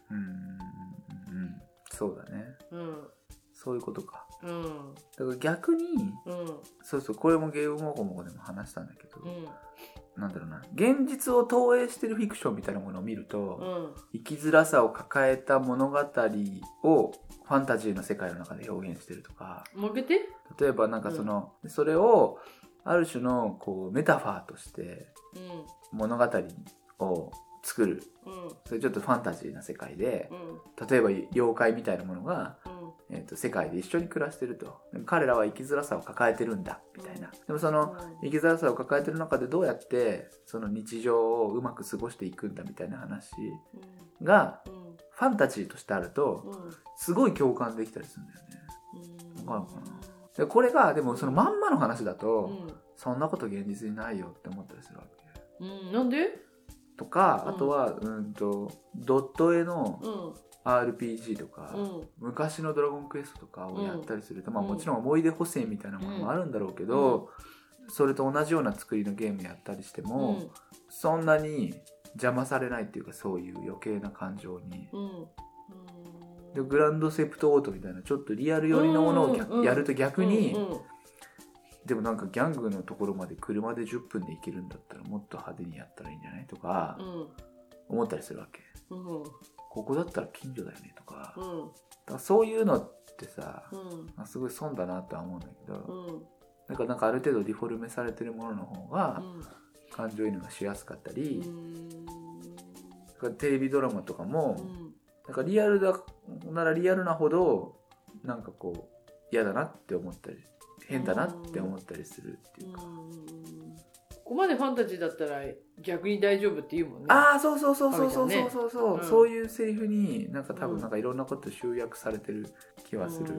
そうだね、そういうことか。だから逆に、そうこれもゲームモコモコでも話したんだけど、なんだろうな、現実を投影してるフィクションみたいなものを見ると、生きづらさを抱えた物語をファンタジーの世界の中で表現してるとか。例えばなんかそれをある種のこうメタファーとして物語を作る、それちょっとファンタジーな世界で、例えば妖怪みたいなものが、世界で一緒に暮らしてると。彼らは生きづらさを抱えてるんだみたいな。でもその生きづらさを抱えてる中でどうやってその日常をうまく過ごしていくんだみたいな話がファンタジーとしてあるとすごい共感できたりするんだよね。わかるかな。でこれがでもそのまんまの話だと、そんなこと現実にないよって思ったりするわけ。 なんで？ とか、あとはドット絵のRPG とか、昔のドラゴンクエストとかをやったりすると、もちろん思い出補正みたいなものもあるんだろうけど、それと同じような作りのゲームやったりしても、そんなに邪魔されないっていうか、そういう余計な感情に、でグランドセプトオートみたいなちょっとリアル寄りのものをやると逆に、でもなんかギャングのところまで車で10分で行けるんだったらもっと派手にやったらいいんじゃないとか思ったりするわけ。ここだったら近所だよねとか、だからそういうのってさ、すごい損だなとは思うんだけど、だからなんかある程度ディフォルメされてるものの方が感情移入がしやすかったり、テレビドラマとかも、なんかリアルだならリアルなほどなんかこう嫌だなって思ったり変だなって思ったりするっていうか、 ここまでファンタジーだったら逆に大丈夫って言うもんね。 そうそういうセリフになんか多分なんかいろんなこと集約されてる気はする。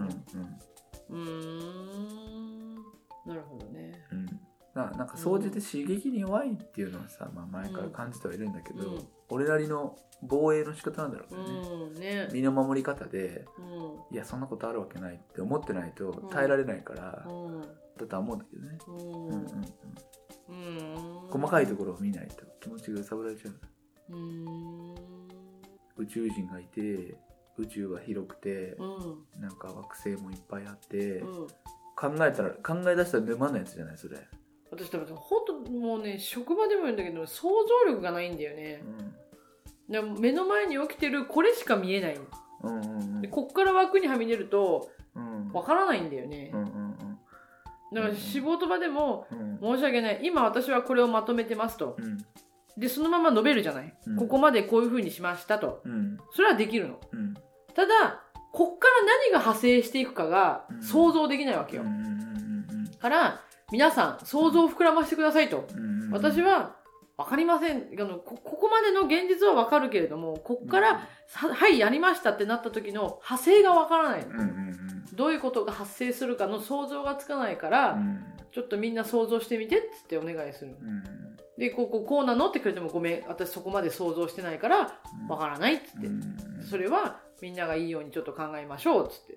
なるほどね。 なんか総じて刺激に弱いっていうのはさ、前から感じてはいるんだけど、 俺なりの防衛の仕方なんだろうね。身の守り方で、いやそんなことあるわけないって思ってないと耐えられないから、だとは思うんだけどね。細かいところを見ないと気持ちが揺さぶられちゃう。宇宙人がいて、宇宙が広くて、なんか惑星もいっぱいあって、考え出したら沼のやつじゃないそれ。 私多分本当もうね、職場でも言うんだけど想像力がないんだよね。でも目の前に起きてるこれしか見えない。でこっから枠にはみ出るとわからないんだよね。だから仕事場でも申し訳ない、今私はこれをまとめてますと、でそのまま述べるじゃない、ここまでこういう風にしましたと、それはできるの、ただこっから何が派生していくかが想像できないわけよ、から皆さん想像を膨らましてくださいと、私は分かりません、ここまでの現実は分かるけれども、こっから、はいやりましたってなった時の派生が分からない、どういうことが発生するかの想像がつかないから、ちょっとみんな想像してみてっつってお願いする、でこうなのってくれても、ごめん私そこまで想像してないから分からないっつって、それはみんながいいようにちょっと考えましょうっつって、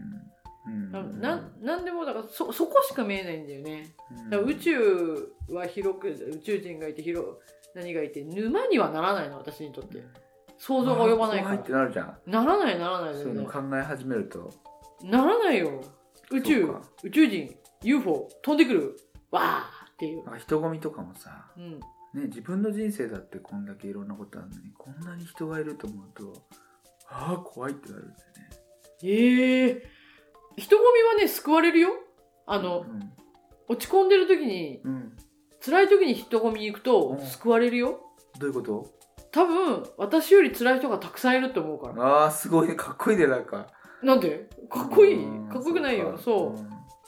なんでもだからそこしか見えないんだよね。だから宇宙は広く、宇宙人がいて何がいて沼にはならないの、私にとって想像が及ばないから。 ってなるじゃん。 ならないそういうの考え始めるとならないよ。宇宙人 UFO 飛んでくるわーっていう。 人混みとかもさ、自分の人生だってこんだけいろんなことあるのに、こんなに人がいると思うと怖いってなるんだよね。 人混みはね救われるよ。落ち込んでる時に、辛い時に人混みに行くと救われるよ。 どういうこと？ 多分私より辛い人がたくさんいると思うから。 すごいね、かっこいいね。 なんでかっこいい？かっこよくないよ。そう、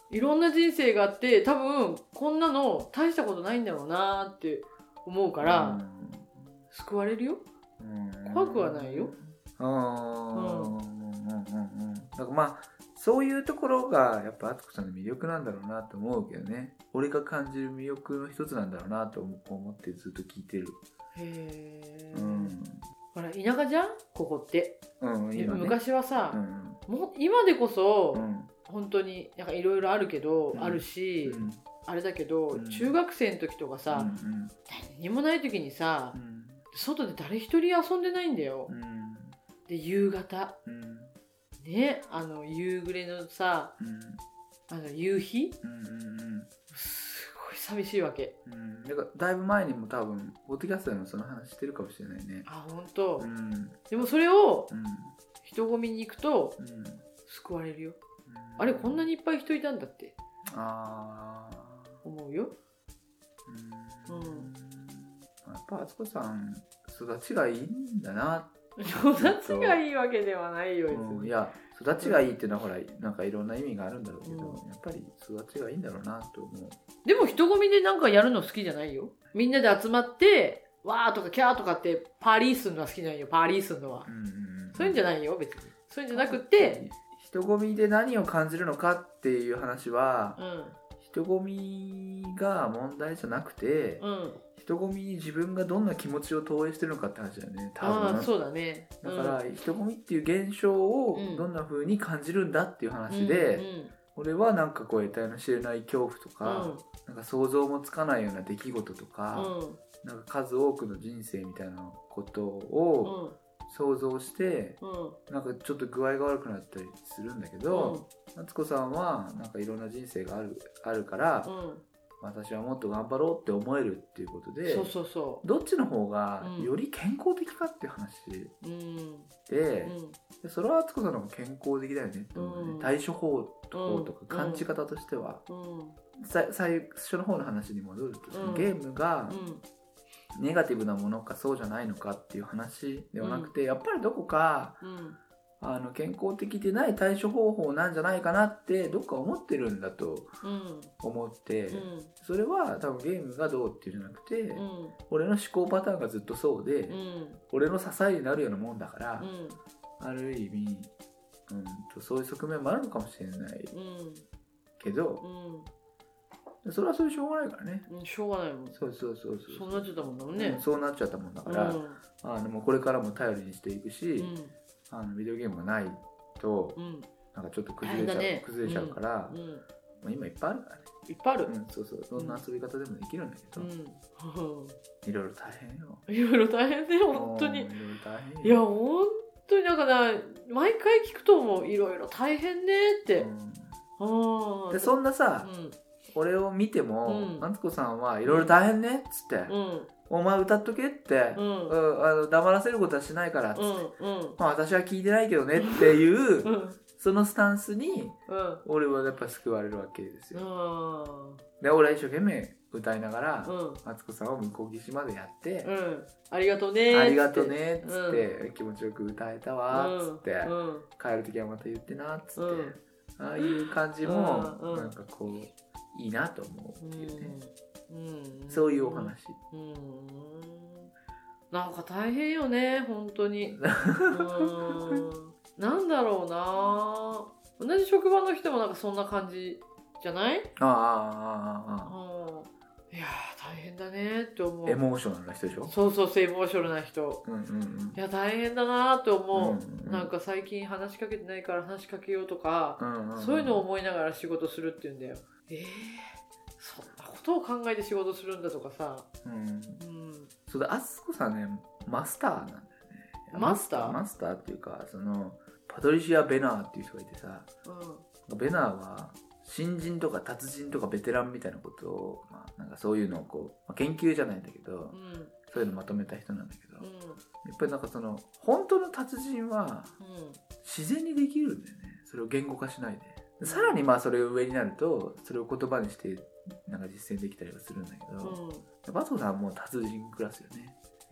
いろんな人生があって、多分こんなの大したことないんだろうなって思うから、救われるよ。怖くはないよ。 だからそういうところがやっぱ敦子さんの魅力なんだろうなと思うけどね。俺が感じる魅力の一つなんだろうなと思ってずっと聞いてる。 ほら田舎じゃんここって、昔はさ、もう今でこそ、本当になんかいろいろあるけど、あるし、あれだけど、中学生の時とかさ、何にもない時にさ、外で誰一人遊んでないんだよ、で夕方、ね、夕暮れのさ、夕日、すごい寂しいわけ。 だからだいぶ前にも多分ポッドキャストでもその話してるかもしれないね。 本当。でもそれを、人混みに行くと、救われるよ。あれこんなにいっぱい人いたんだって思うよ。 やっぱ敦子さん育ちがいいんだな。 育ちがいいわけではないよ。 いや育ちがいいっていうのはほらなんかいろんな意味があるんだろうけど、やっぱり育ちがいいんだろうなと思う。 でも人混みでなんかやるの好きじゃないよ。みんなで集まってわーとかキャーとかってパーリーするのは好きじゃないよ。パーリーするのは、そういうんじゃないよ別に。そういうんじゃなくて、 人混みで何を感じるのかっていう話は、人混みが問題じゃなくて、人混みに自分がどんな気持ちを投影してるのかって話だよね、多分。 そうだね。 だから、人混みっていう現象をどんな風に感じるんだっていう話で、俺はなんかこう得体の知れない恐怖とか、なんか想像もつかないような出来事とか、なんか数多くの人生みたいなことを想像して、なんかちょっと具合が悪くなったりするんだけど、敦子さんはなんかいろんな人生があるから、私はもっと頑張ろうって思えるっていうことで、どっちの方がより健康的かっていう話で、それは敦子さんの方が健康的だよねって思うね。対処法とか感じ方としては、最初の方の話に戻ると、ゲームがネガティブなものかそうじゃないのかっていう話ではなくて、やっぱりどこか、健康的でない対処方法なんじゃないかなってどっか思ってるんだと思って、それは多分ゲームがどうっていうんじゃなくて、俺の思考パターンがずっとそうで、俺の支えになるようなもんだから、ある意味、そういう側面もあるのかもしれないけど、 それはそれしょうがないからね。 しょうがないもん。 そうそうなっちゃったもんだもんね。 そうなっちゃったもんだから、もうこれからも頼りにしていくし、ビデオゲームがないと、なんかちょっと崩れちゃうから、今いっぱいあるからね。 いっぱいある。 そんな遊び方でもできるんだけど、いろいろ大変よ。 いろいろ大変だよ、本当に。いや、本当にだから、毎回聞くと思う、いろいろ大変ねって。 で、そんなさ、俺を見ても、あつこさんはいろいろ大変ねっつって、お前歌っとけって、黙らせることはしないからっつって、私は聞いてないけどねっていう、そのスタンスに、俺はやっぱ救われるわけですよ。で、俺は一生懸命歌いながら、あつこさんを向こう岸までやって、 ありがとうねありがとうねっつって、気持ちよく歌えたわっつって、帰るときはまた言ってなっつって、ああいう感じも、なんかこう、いいなと思うっていうね。そういうお話。 なんか大変よね、本当に。なんだろうな、同じ職場の人もなんかそんな感じじゃない？いや大変だねって思う。 エモーショナルな人でしょ？ そうエモーショナルな人。いや大変だなって思う。なんか最近話しかけてないから話しかけようとか、そういうのを思いながら仕事するって言うんだよ。そんなことを考えて仕事するんだとかさ。 そうだ、あつこさんね、マスターなんだよね。マスターっていうか、パトリシア・ベナーっていう人がいてさ、ベナーは新人とか達人とかベテランみたいなことを、なんかそういうのをこう、研究じゃないんだけど、そういうのまとめた人なんだけど、やっぱりなんか本当の達人は自然にできるんだよね。それを言語化しないで。さらにそれを上になると、それを言葉にしてなんか実践できたりはするんだけど、バトコさんはもう達人クラスよね。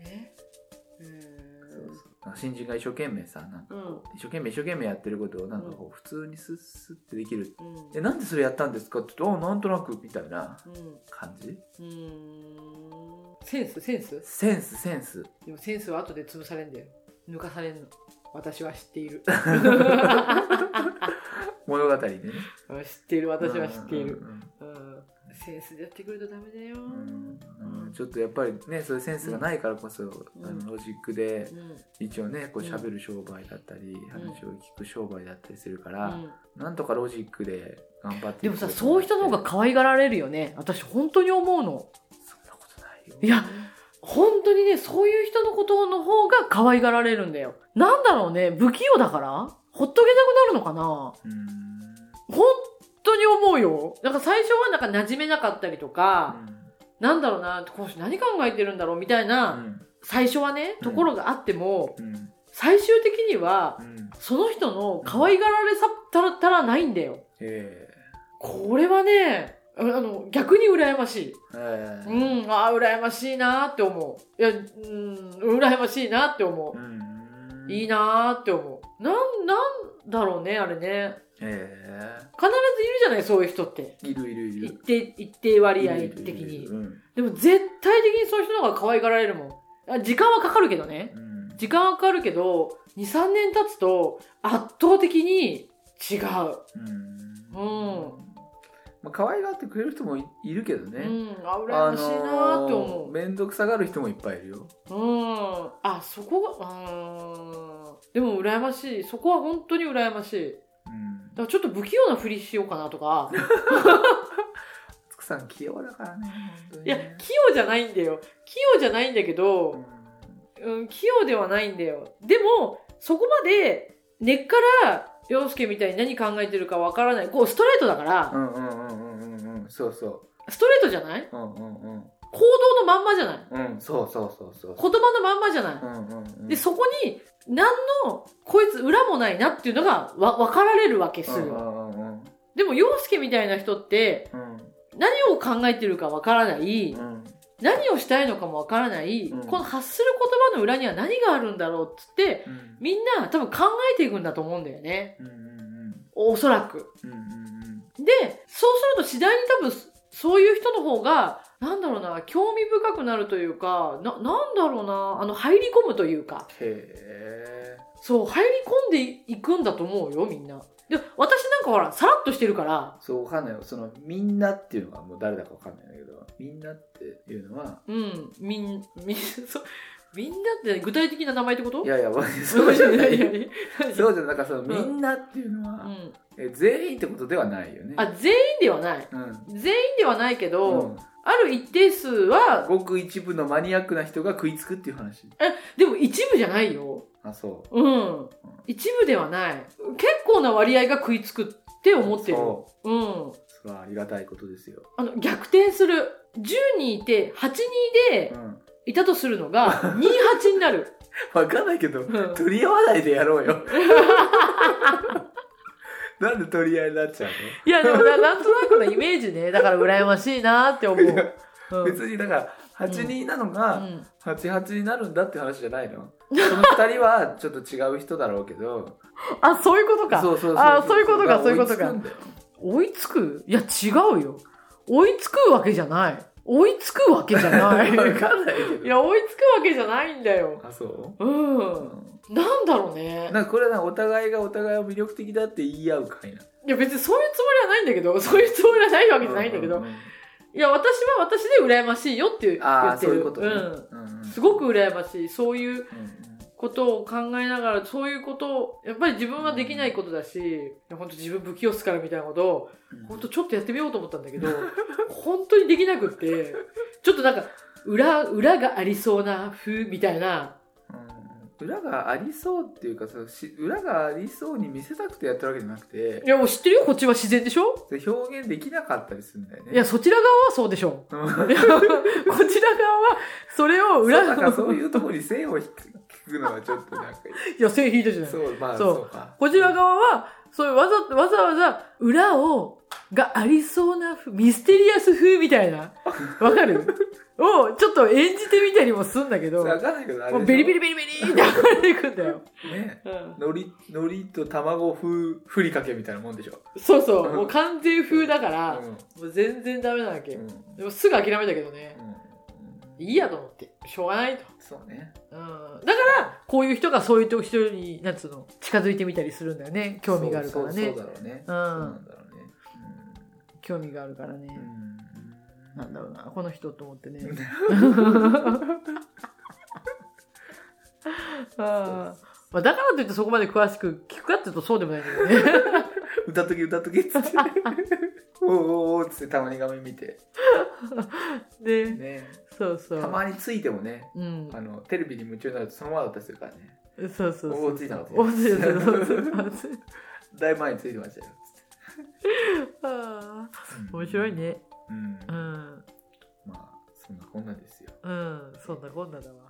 新人が一生懸命さ、なんか一生懸命やってることをなんかこう普通にスッスッってできる。なんでそれやったんですかって言うと、なんとなくみたいな感じ。 センス。でもセンスは後で潰されんだよ。抜かされんの。私は知っている。 物語ね。 知っている、私は知っている。センスでやってくるとダメだよ。 ちょっとやっぱりね、そういうセンスがないからこそ、ロジックで一応ね、こう喋る商売だったり、話を聞く商売だったりするから、なんとかロジックで頑張って。 でもさ、そういう人の方が可愛がられるよね。私本当に思うの。 そんなことないよ。 いや、本当にね、そういう人のことの方が可愛がられるんだよ。なんだろうね、不器用だからほっとけなくなるのかな。本当に思うよ。なんか最初はなんか馴染めなかったりとか、なんだろうな、この人何考えてるんだろうみたいな、最初はね、ところがあっても、最終的には、その人の可愛がられさたらないんだよ。これはね、逆に羨ましい。羨ましいなって思う。いや、羨ましいなって思う。いいなって思う。なんだろうね、あれね。必ずいるじゃない、そういう人って。 いる。 一定割合的に。でも絶対的にそういう人の方が可愛がられるもん。時間はかかるけどね。時間はかかるけど、2、3年経つと圧倒的に違う。 可愛がってくれる人もいるけどね。 羨ましいなーって思う。 めんどくさがる人もいっぱいいるよ。 そこが、でも羨ましい。そこは本当に羨ましい。だからちょっと不器用なふりしようかなとか。 つくさん器用だからね。本当にね。 いや、器用じゃないんだよ。器用じゃないんだけど、器用ではないんだよ。でも、そこまで根っから、陽介みたいに何考えてるかわからない。こう、ストレートだから。 そう。 ストレートじゃない？行動のまんまじゃない？ そう。 言葉のまんまじゃない？で、そこに、こいつ裏もないなっていうのが分かられるわけすよ。でも、陽介みたいな人って、何を考えてるか分からない、何をしたいのかも分からない、この発する言葉の裏には何があるんだろうっつって、みんな多分考えていくんだと思うんだよね。おそらく。で、そうすると次第に多分、そういう人の方が、なんだろうな、興味深くなるというか、なんだろうな、入り込むというか。そう、入り込んでいくんだと思うよ、みんな。 で、私なんかほら、さらっとしてるから。 そう、わかんないよ。その、みんなっていうのがもう誰だかわかんないんだけど、みんなっていうのは、 みんなって具体的な名前ってこと？ いやいや、そうじゃない。そうじゃなんかその、みんなっていうのは、全員ってことではないよね。 あ、全員ではない。全員ではないけど、ある一定数は、 ごく一部のマニアックな人が食いつくっていう話。 でも一部じゃないよ。 あ、そう。 一部ではない。結構な割合が食いつくって思ってる。それはありがたいことですよ。 逆転する。10人いて、8人で、いたとするのが、2、8になる。 わかんないけど、取り合わないでやろうよ。なんで取り合いになっちゃうの？ いや、でもなんとなくのイメージね。だから羨ましいなって思う。 別にだから、8人なのが、88になるんだって話じゃないの？その2人はちょっと違う人だろうけど。 あ、そういうことか。 そうそうそう。 あ、そういうことか、そういうことか。追いつく？いや、違うよ。追いつくわけじゃない。追いつくわけじゃない。 わかんないけど。 いや、追いつくわけじゃないんだよ。 あ、そう？ なんだろうね。 なんかこれはお互いがお互いを魅力的だって言い合う会な。いや、別にそういうつもりはないんだけど、そういうつもりはないわけじゃないんだけど、いや、私は私で羨ましいよって言ってる。 ああ、そういうことね。 すごく羨ましい。そういうことを考えながら、そういうことを、やっぱり自分はできないことだし、本当自分不器用っすからみたいなことを、本当ちょっとやってみようと思ったんだけど、本当にできなくって、ちょっとなんか、裏がありそうな風みたいな。 裏がありそうっていうか、裏がありそうに見せたくてやってるわけじゃなくて。 いや、もう知ってるよ、こっちは自然でしょ？ 表現できなかったりするんだよね。 いや、そちら側はそうでしょ。こちら側は、それをなんかそういうところに線を引くのはちょっとなんかいや、線引いたじゃない。 そう、まあそうか。 こちら側は、そういうわざわざ裏がありそうなミステリアス風みたいな。わかる？をちょっと演じてみたりもするんだけど、 わかんないけどあれもうベリベリベリベリって上がっていくんだよ。 ね、海苔と卵風ふりかけみたいなもんでしょ。 そうそう、もう完全風だから、もう全然ダメなわけ。でもすぐ諦めたけどね。いいやと思って、しょうがないと。 そうね。 だからこういう人がそういう人になんつうの近づいてみたりするんだよね。興味があるからね。 そうだろうね。そうなんだろうね。 興味があるからね。なんだろうな、この人と思ってね。まあ、だからといってそこまで詳しく聞くかって言うとそうでもないんだけどね。 歌っとけっつって。おーっつってたまに画面見て。 ね。そうそう。 たまについてもね、テレビに夢中になるとそのままだったりするからね。 そう。 おーついたの。 おーついたの。 だいぶ前についてましたよ。 面白いね。 まあそんなこんなですよ。 そんなこんなだわ。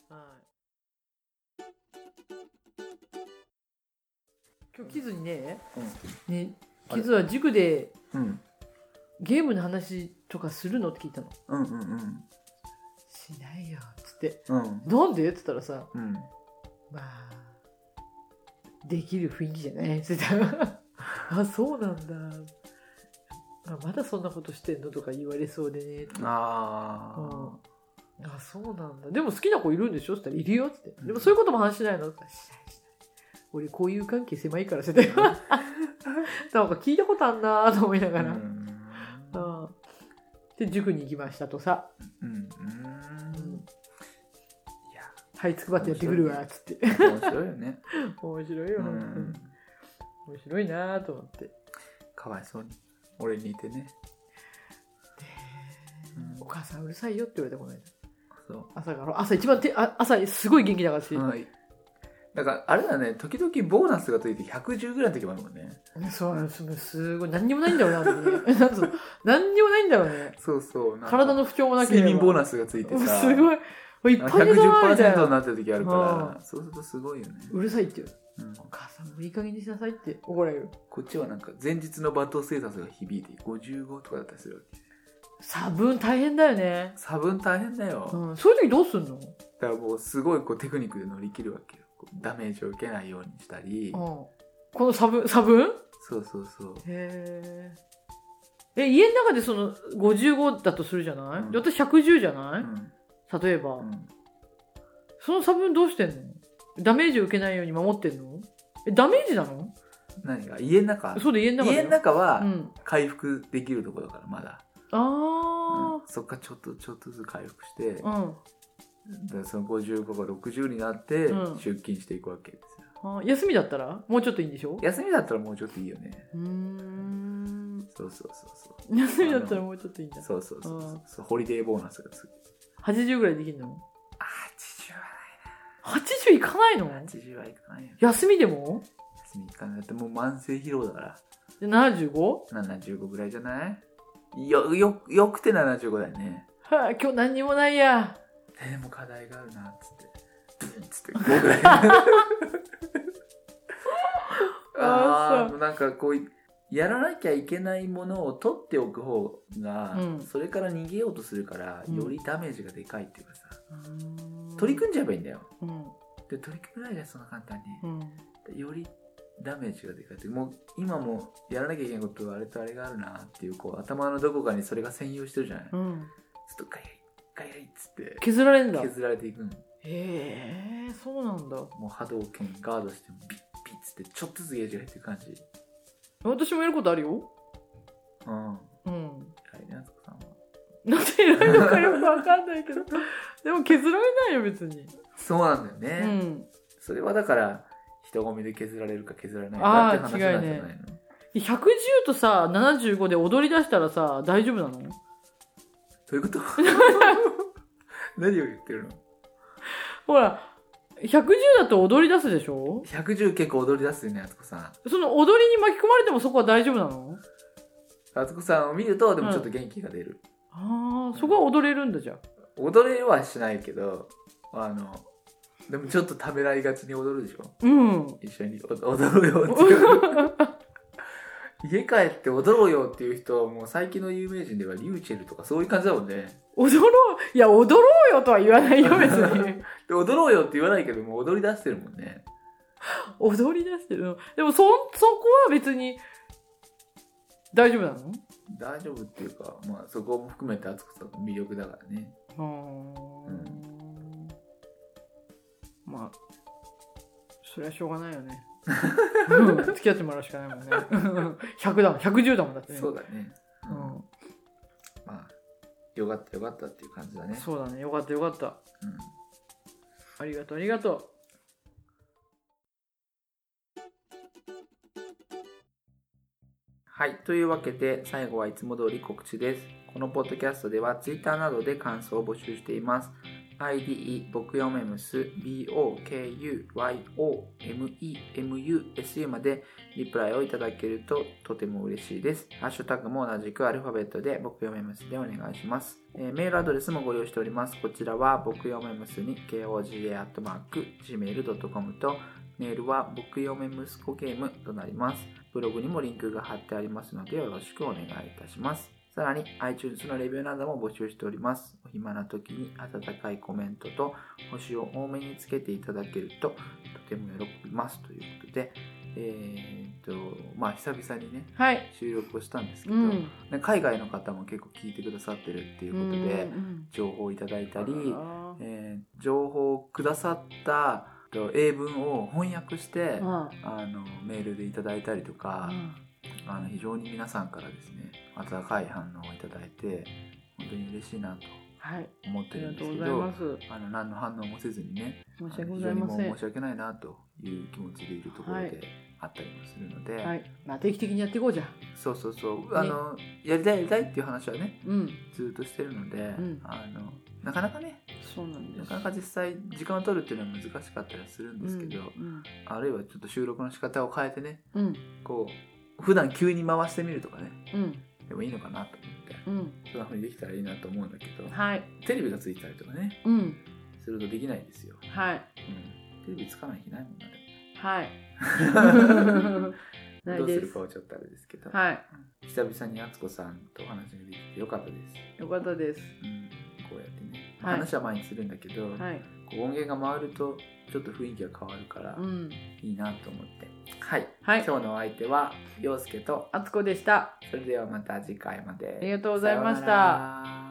今日キズにね、キズは塾でゲームの話とかするのって聞いたの。しないよっつって。なんでって言ったらさ、まあできる雰囲気じゃないって言ったら、あ、そうなんだ。まだそんなことしてんのとか言われそうでね。あ、そうなんだ。でも好きな子いるんでしょって言ったら、いるよって。でもそういうことも話しないのって言ったら、しない。俺こういう関係狭いからしてたよ。なんか聞いたことあんなと思いながら。で、塾に行きましたとさ。はいつくばってやってくるわ、つって。 面白いよね。 面白いよ、面白いなと思って。 かわいそうに。俺にいてね。 お母さんうるさいよって言われたこの間。朝一番朝すごい元気だからし。 だからあれだね、時々ボーナスがついて110ぐらいの時もあるもんね。 そうなんです。すごい何にもないんだろうなってね。何にもないんだろうね。 そう。 体の不調もなければ。 睡眠ボーナスがついてさ。 すごい。いっぱい出たなみたいな。 110% になってる時あるから、そうするとすごいよね。 うるさいって言う。お母さんもいい加減にしなさいって怒られる。 こっちはなんか前日の罵倒生活が響いて55とかだったりするわけ。 差分大変だよね。 差分大変だよ。 そういう時どうすんの？ だからもうすごいテクニックで乗り切るわけよ。ダメージを受けないようにしたり。 この差分？そう。へえ。家の中でその55だとするじゃない？私110じゃない？例えば。その差分どうしてんの？ダメージを受けないように守ってんの？ダメージなの？ 何が家の中？ そうだ、家の中は回復できるところだからまだ。そっからちょっとずつ回復して、でその55が60になって出勤していくわけですよ。 休みだったらもうちょっといいんでしょ？ 休みだったらもうちょっといいよね。そう。 休みだったらもうちょっといいんだ。 そう。ホリデーボーナスがつく。 80ぐらいできるの？ 80はないな。80いかないの？ 80はいかないよ。 休みでも？ 休みいかない。だってもう慢性疲労だから。 で 75？75 ぐらいじゃない？よくて75だよね。 はあ、今日何にもないや。 でも課題があるなっつってブンっつって5ぐらいなんかこうやらなきゃいけないものを取っておく方が、それから逃げようとするから、よりダメージがでかいっていうかさ、取り組んじゃえばいいんだよ、で取り組めないじゃんそんな簡単に、よりダメージがでかいって、もう今もやらなきゃいけないことはあれとあれがあるなっていう、こう頭のどこかにそれが占有してるじゃない、ちょっとガリガリっつって削られんだ。 削られていくの。 へえ、そうなんだ。 もう波動拳ガードしてもビッビッつってちょっとずつゲージが入ってる感じ。 私もやることあるよ。偉いね、 あつこさんは。 なんで偉いのかよくわかんないけどでも削られないよ別に。 そうなんだよね、それはだから人混みで削られるか削られないかって話なんじゃないの？違うね。 110とさ75で踊り出したらさ大丈夫なの？ どういうこと？何を言ってるの？ ほら110だと踊り出すでしょ？ 110 結構踊り出すよね、あつこさん。 その踊りに巻き込まれてもそこは大丈夫なの？ あつこさんを見るとでもちょっと元気が出る、 そこは踊れるんだじゃん。 踊れはしないけどでもちょっとためらいがちに踊るでしょ。一緒に踊ろうよって家帰って踊ろうよっていう人はもう最近の有名人ではリューチェルとかそういう感じだもんね。 踊ろうよとは言わないよ別にで踊ろうよって言わないけども踊り出してるもんね。 踊り出してるの。でもそこは別に大丈夫なの？ 大丈夫っていうか、まあそこも含めてあつこさんの魅力だからね。 まあそれはしょうがないよね付き合ってもらうしかないもんね110だもんだってね。 そうだね、まあよかったっていう感じだね。 そうだね、よかった、ありがとう。 はい。というわけで、最後はいつも通り告知です。このポッドキャストでは Twitter などで感想を募集しています。ID 僕よめむす BOKUYOMEMUSU までリプライをいただけるととても嬉しいです。ハッシュタグも同じくアルファベットで僕よめむすでお願いします。メールアドレスもご用意しております。こちらは僕よめむすに KOGA@gmail.com とメールは僕よめ息子ゲームとなります。ブログにもリンクが貼ってありますのでよろしくお願いいたします。さらに iTunes のレビューなども募集しております。お暇な時に温かいコメントと星を多めにつけていただけるととても喜びますということで、まあ久々にね、収録をしたんですけど、海外の方も結構聞いてくださってるっていうことで、情報をいただいたり、情報をくださった英文を翻訳して、メールでいただいたりとか、非常に皆さんからですね温かい反応をいただいて本当に嬉しいなと思ってるんですけど、何の反応もせずにね、非常にもう申し訳ないなという気持ちでいるところであったりもするので、 まあ定期的にやっていこうじゃん。 そう、やりたいっていう話はね、ずっとしてるので、なかなかね、 そうなんです。 なかなか実際時間を取るっていうのは難しかったりするんですけど、あるいはちょっと収録の仕方を変えてね、こう普段急に回してみるとかね、でもいいのかなと思って、そんな風にできたらいいなと思うんだけど、テレビがついたりとかね、するとできないですよ。テレビつかない日ないもんな。どうするかはちょっとあれですけど、久々にあつこさんとお話ができてよかったです。 よかったです。 こうやってね、話は前にするんだけど、こう音源が回るとちょっと雰囲気が変わるから、いいなと思って。今日のお相手は陽介とあつこでした。 それではまた次回まで。 ありがとうございました。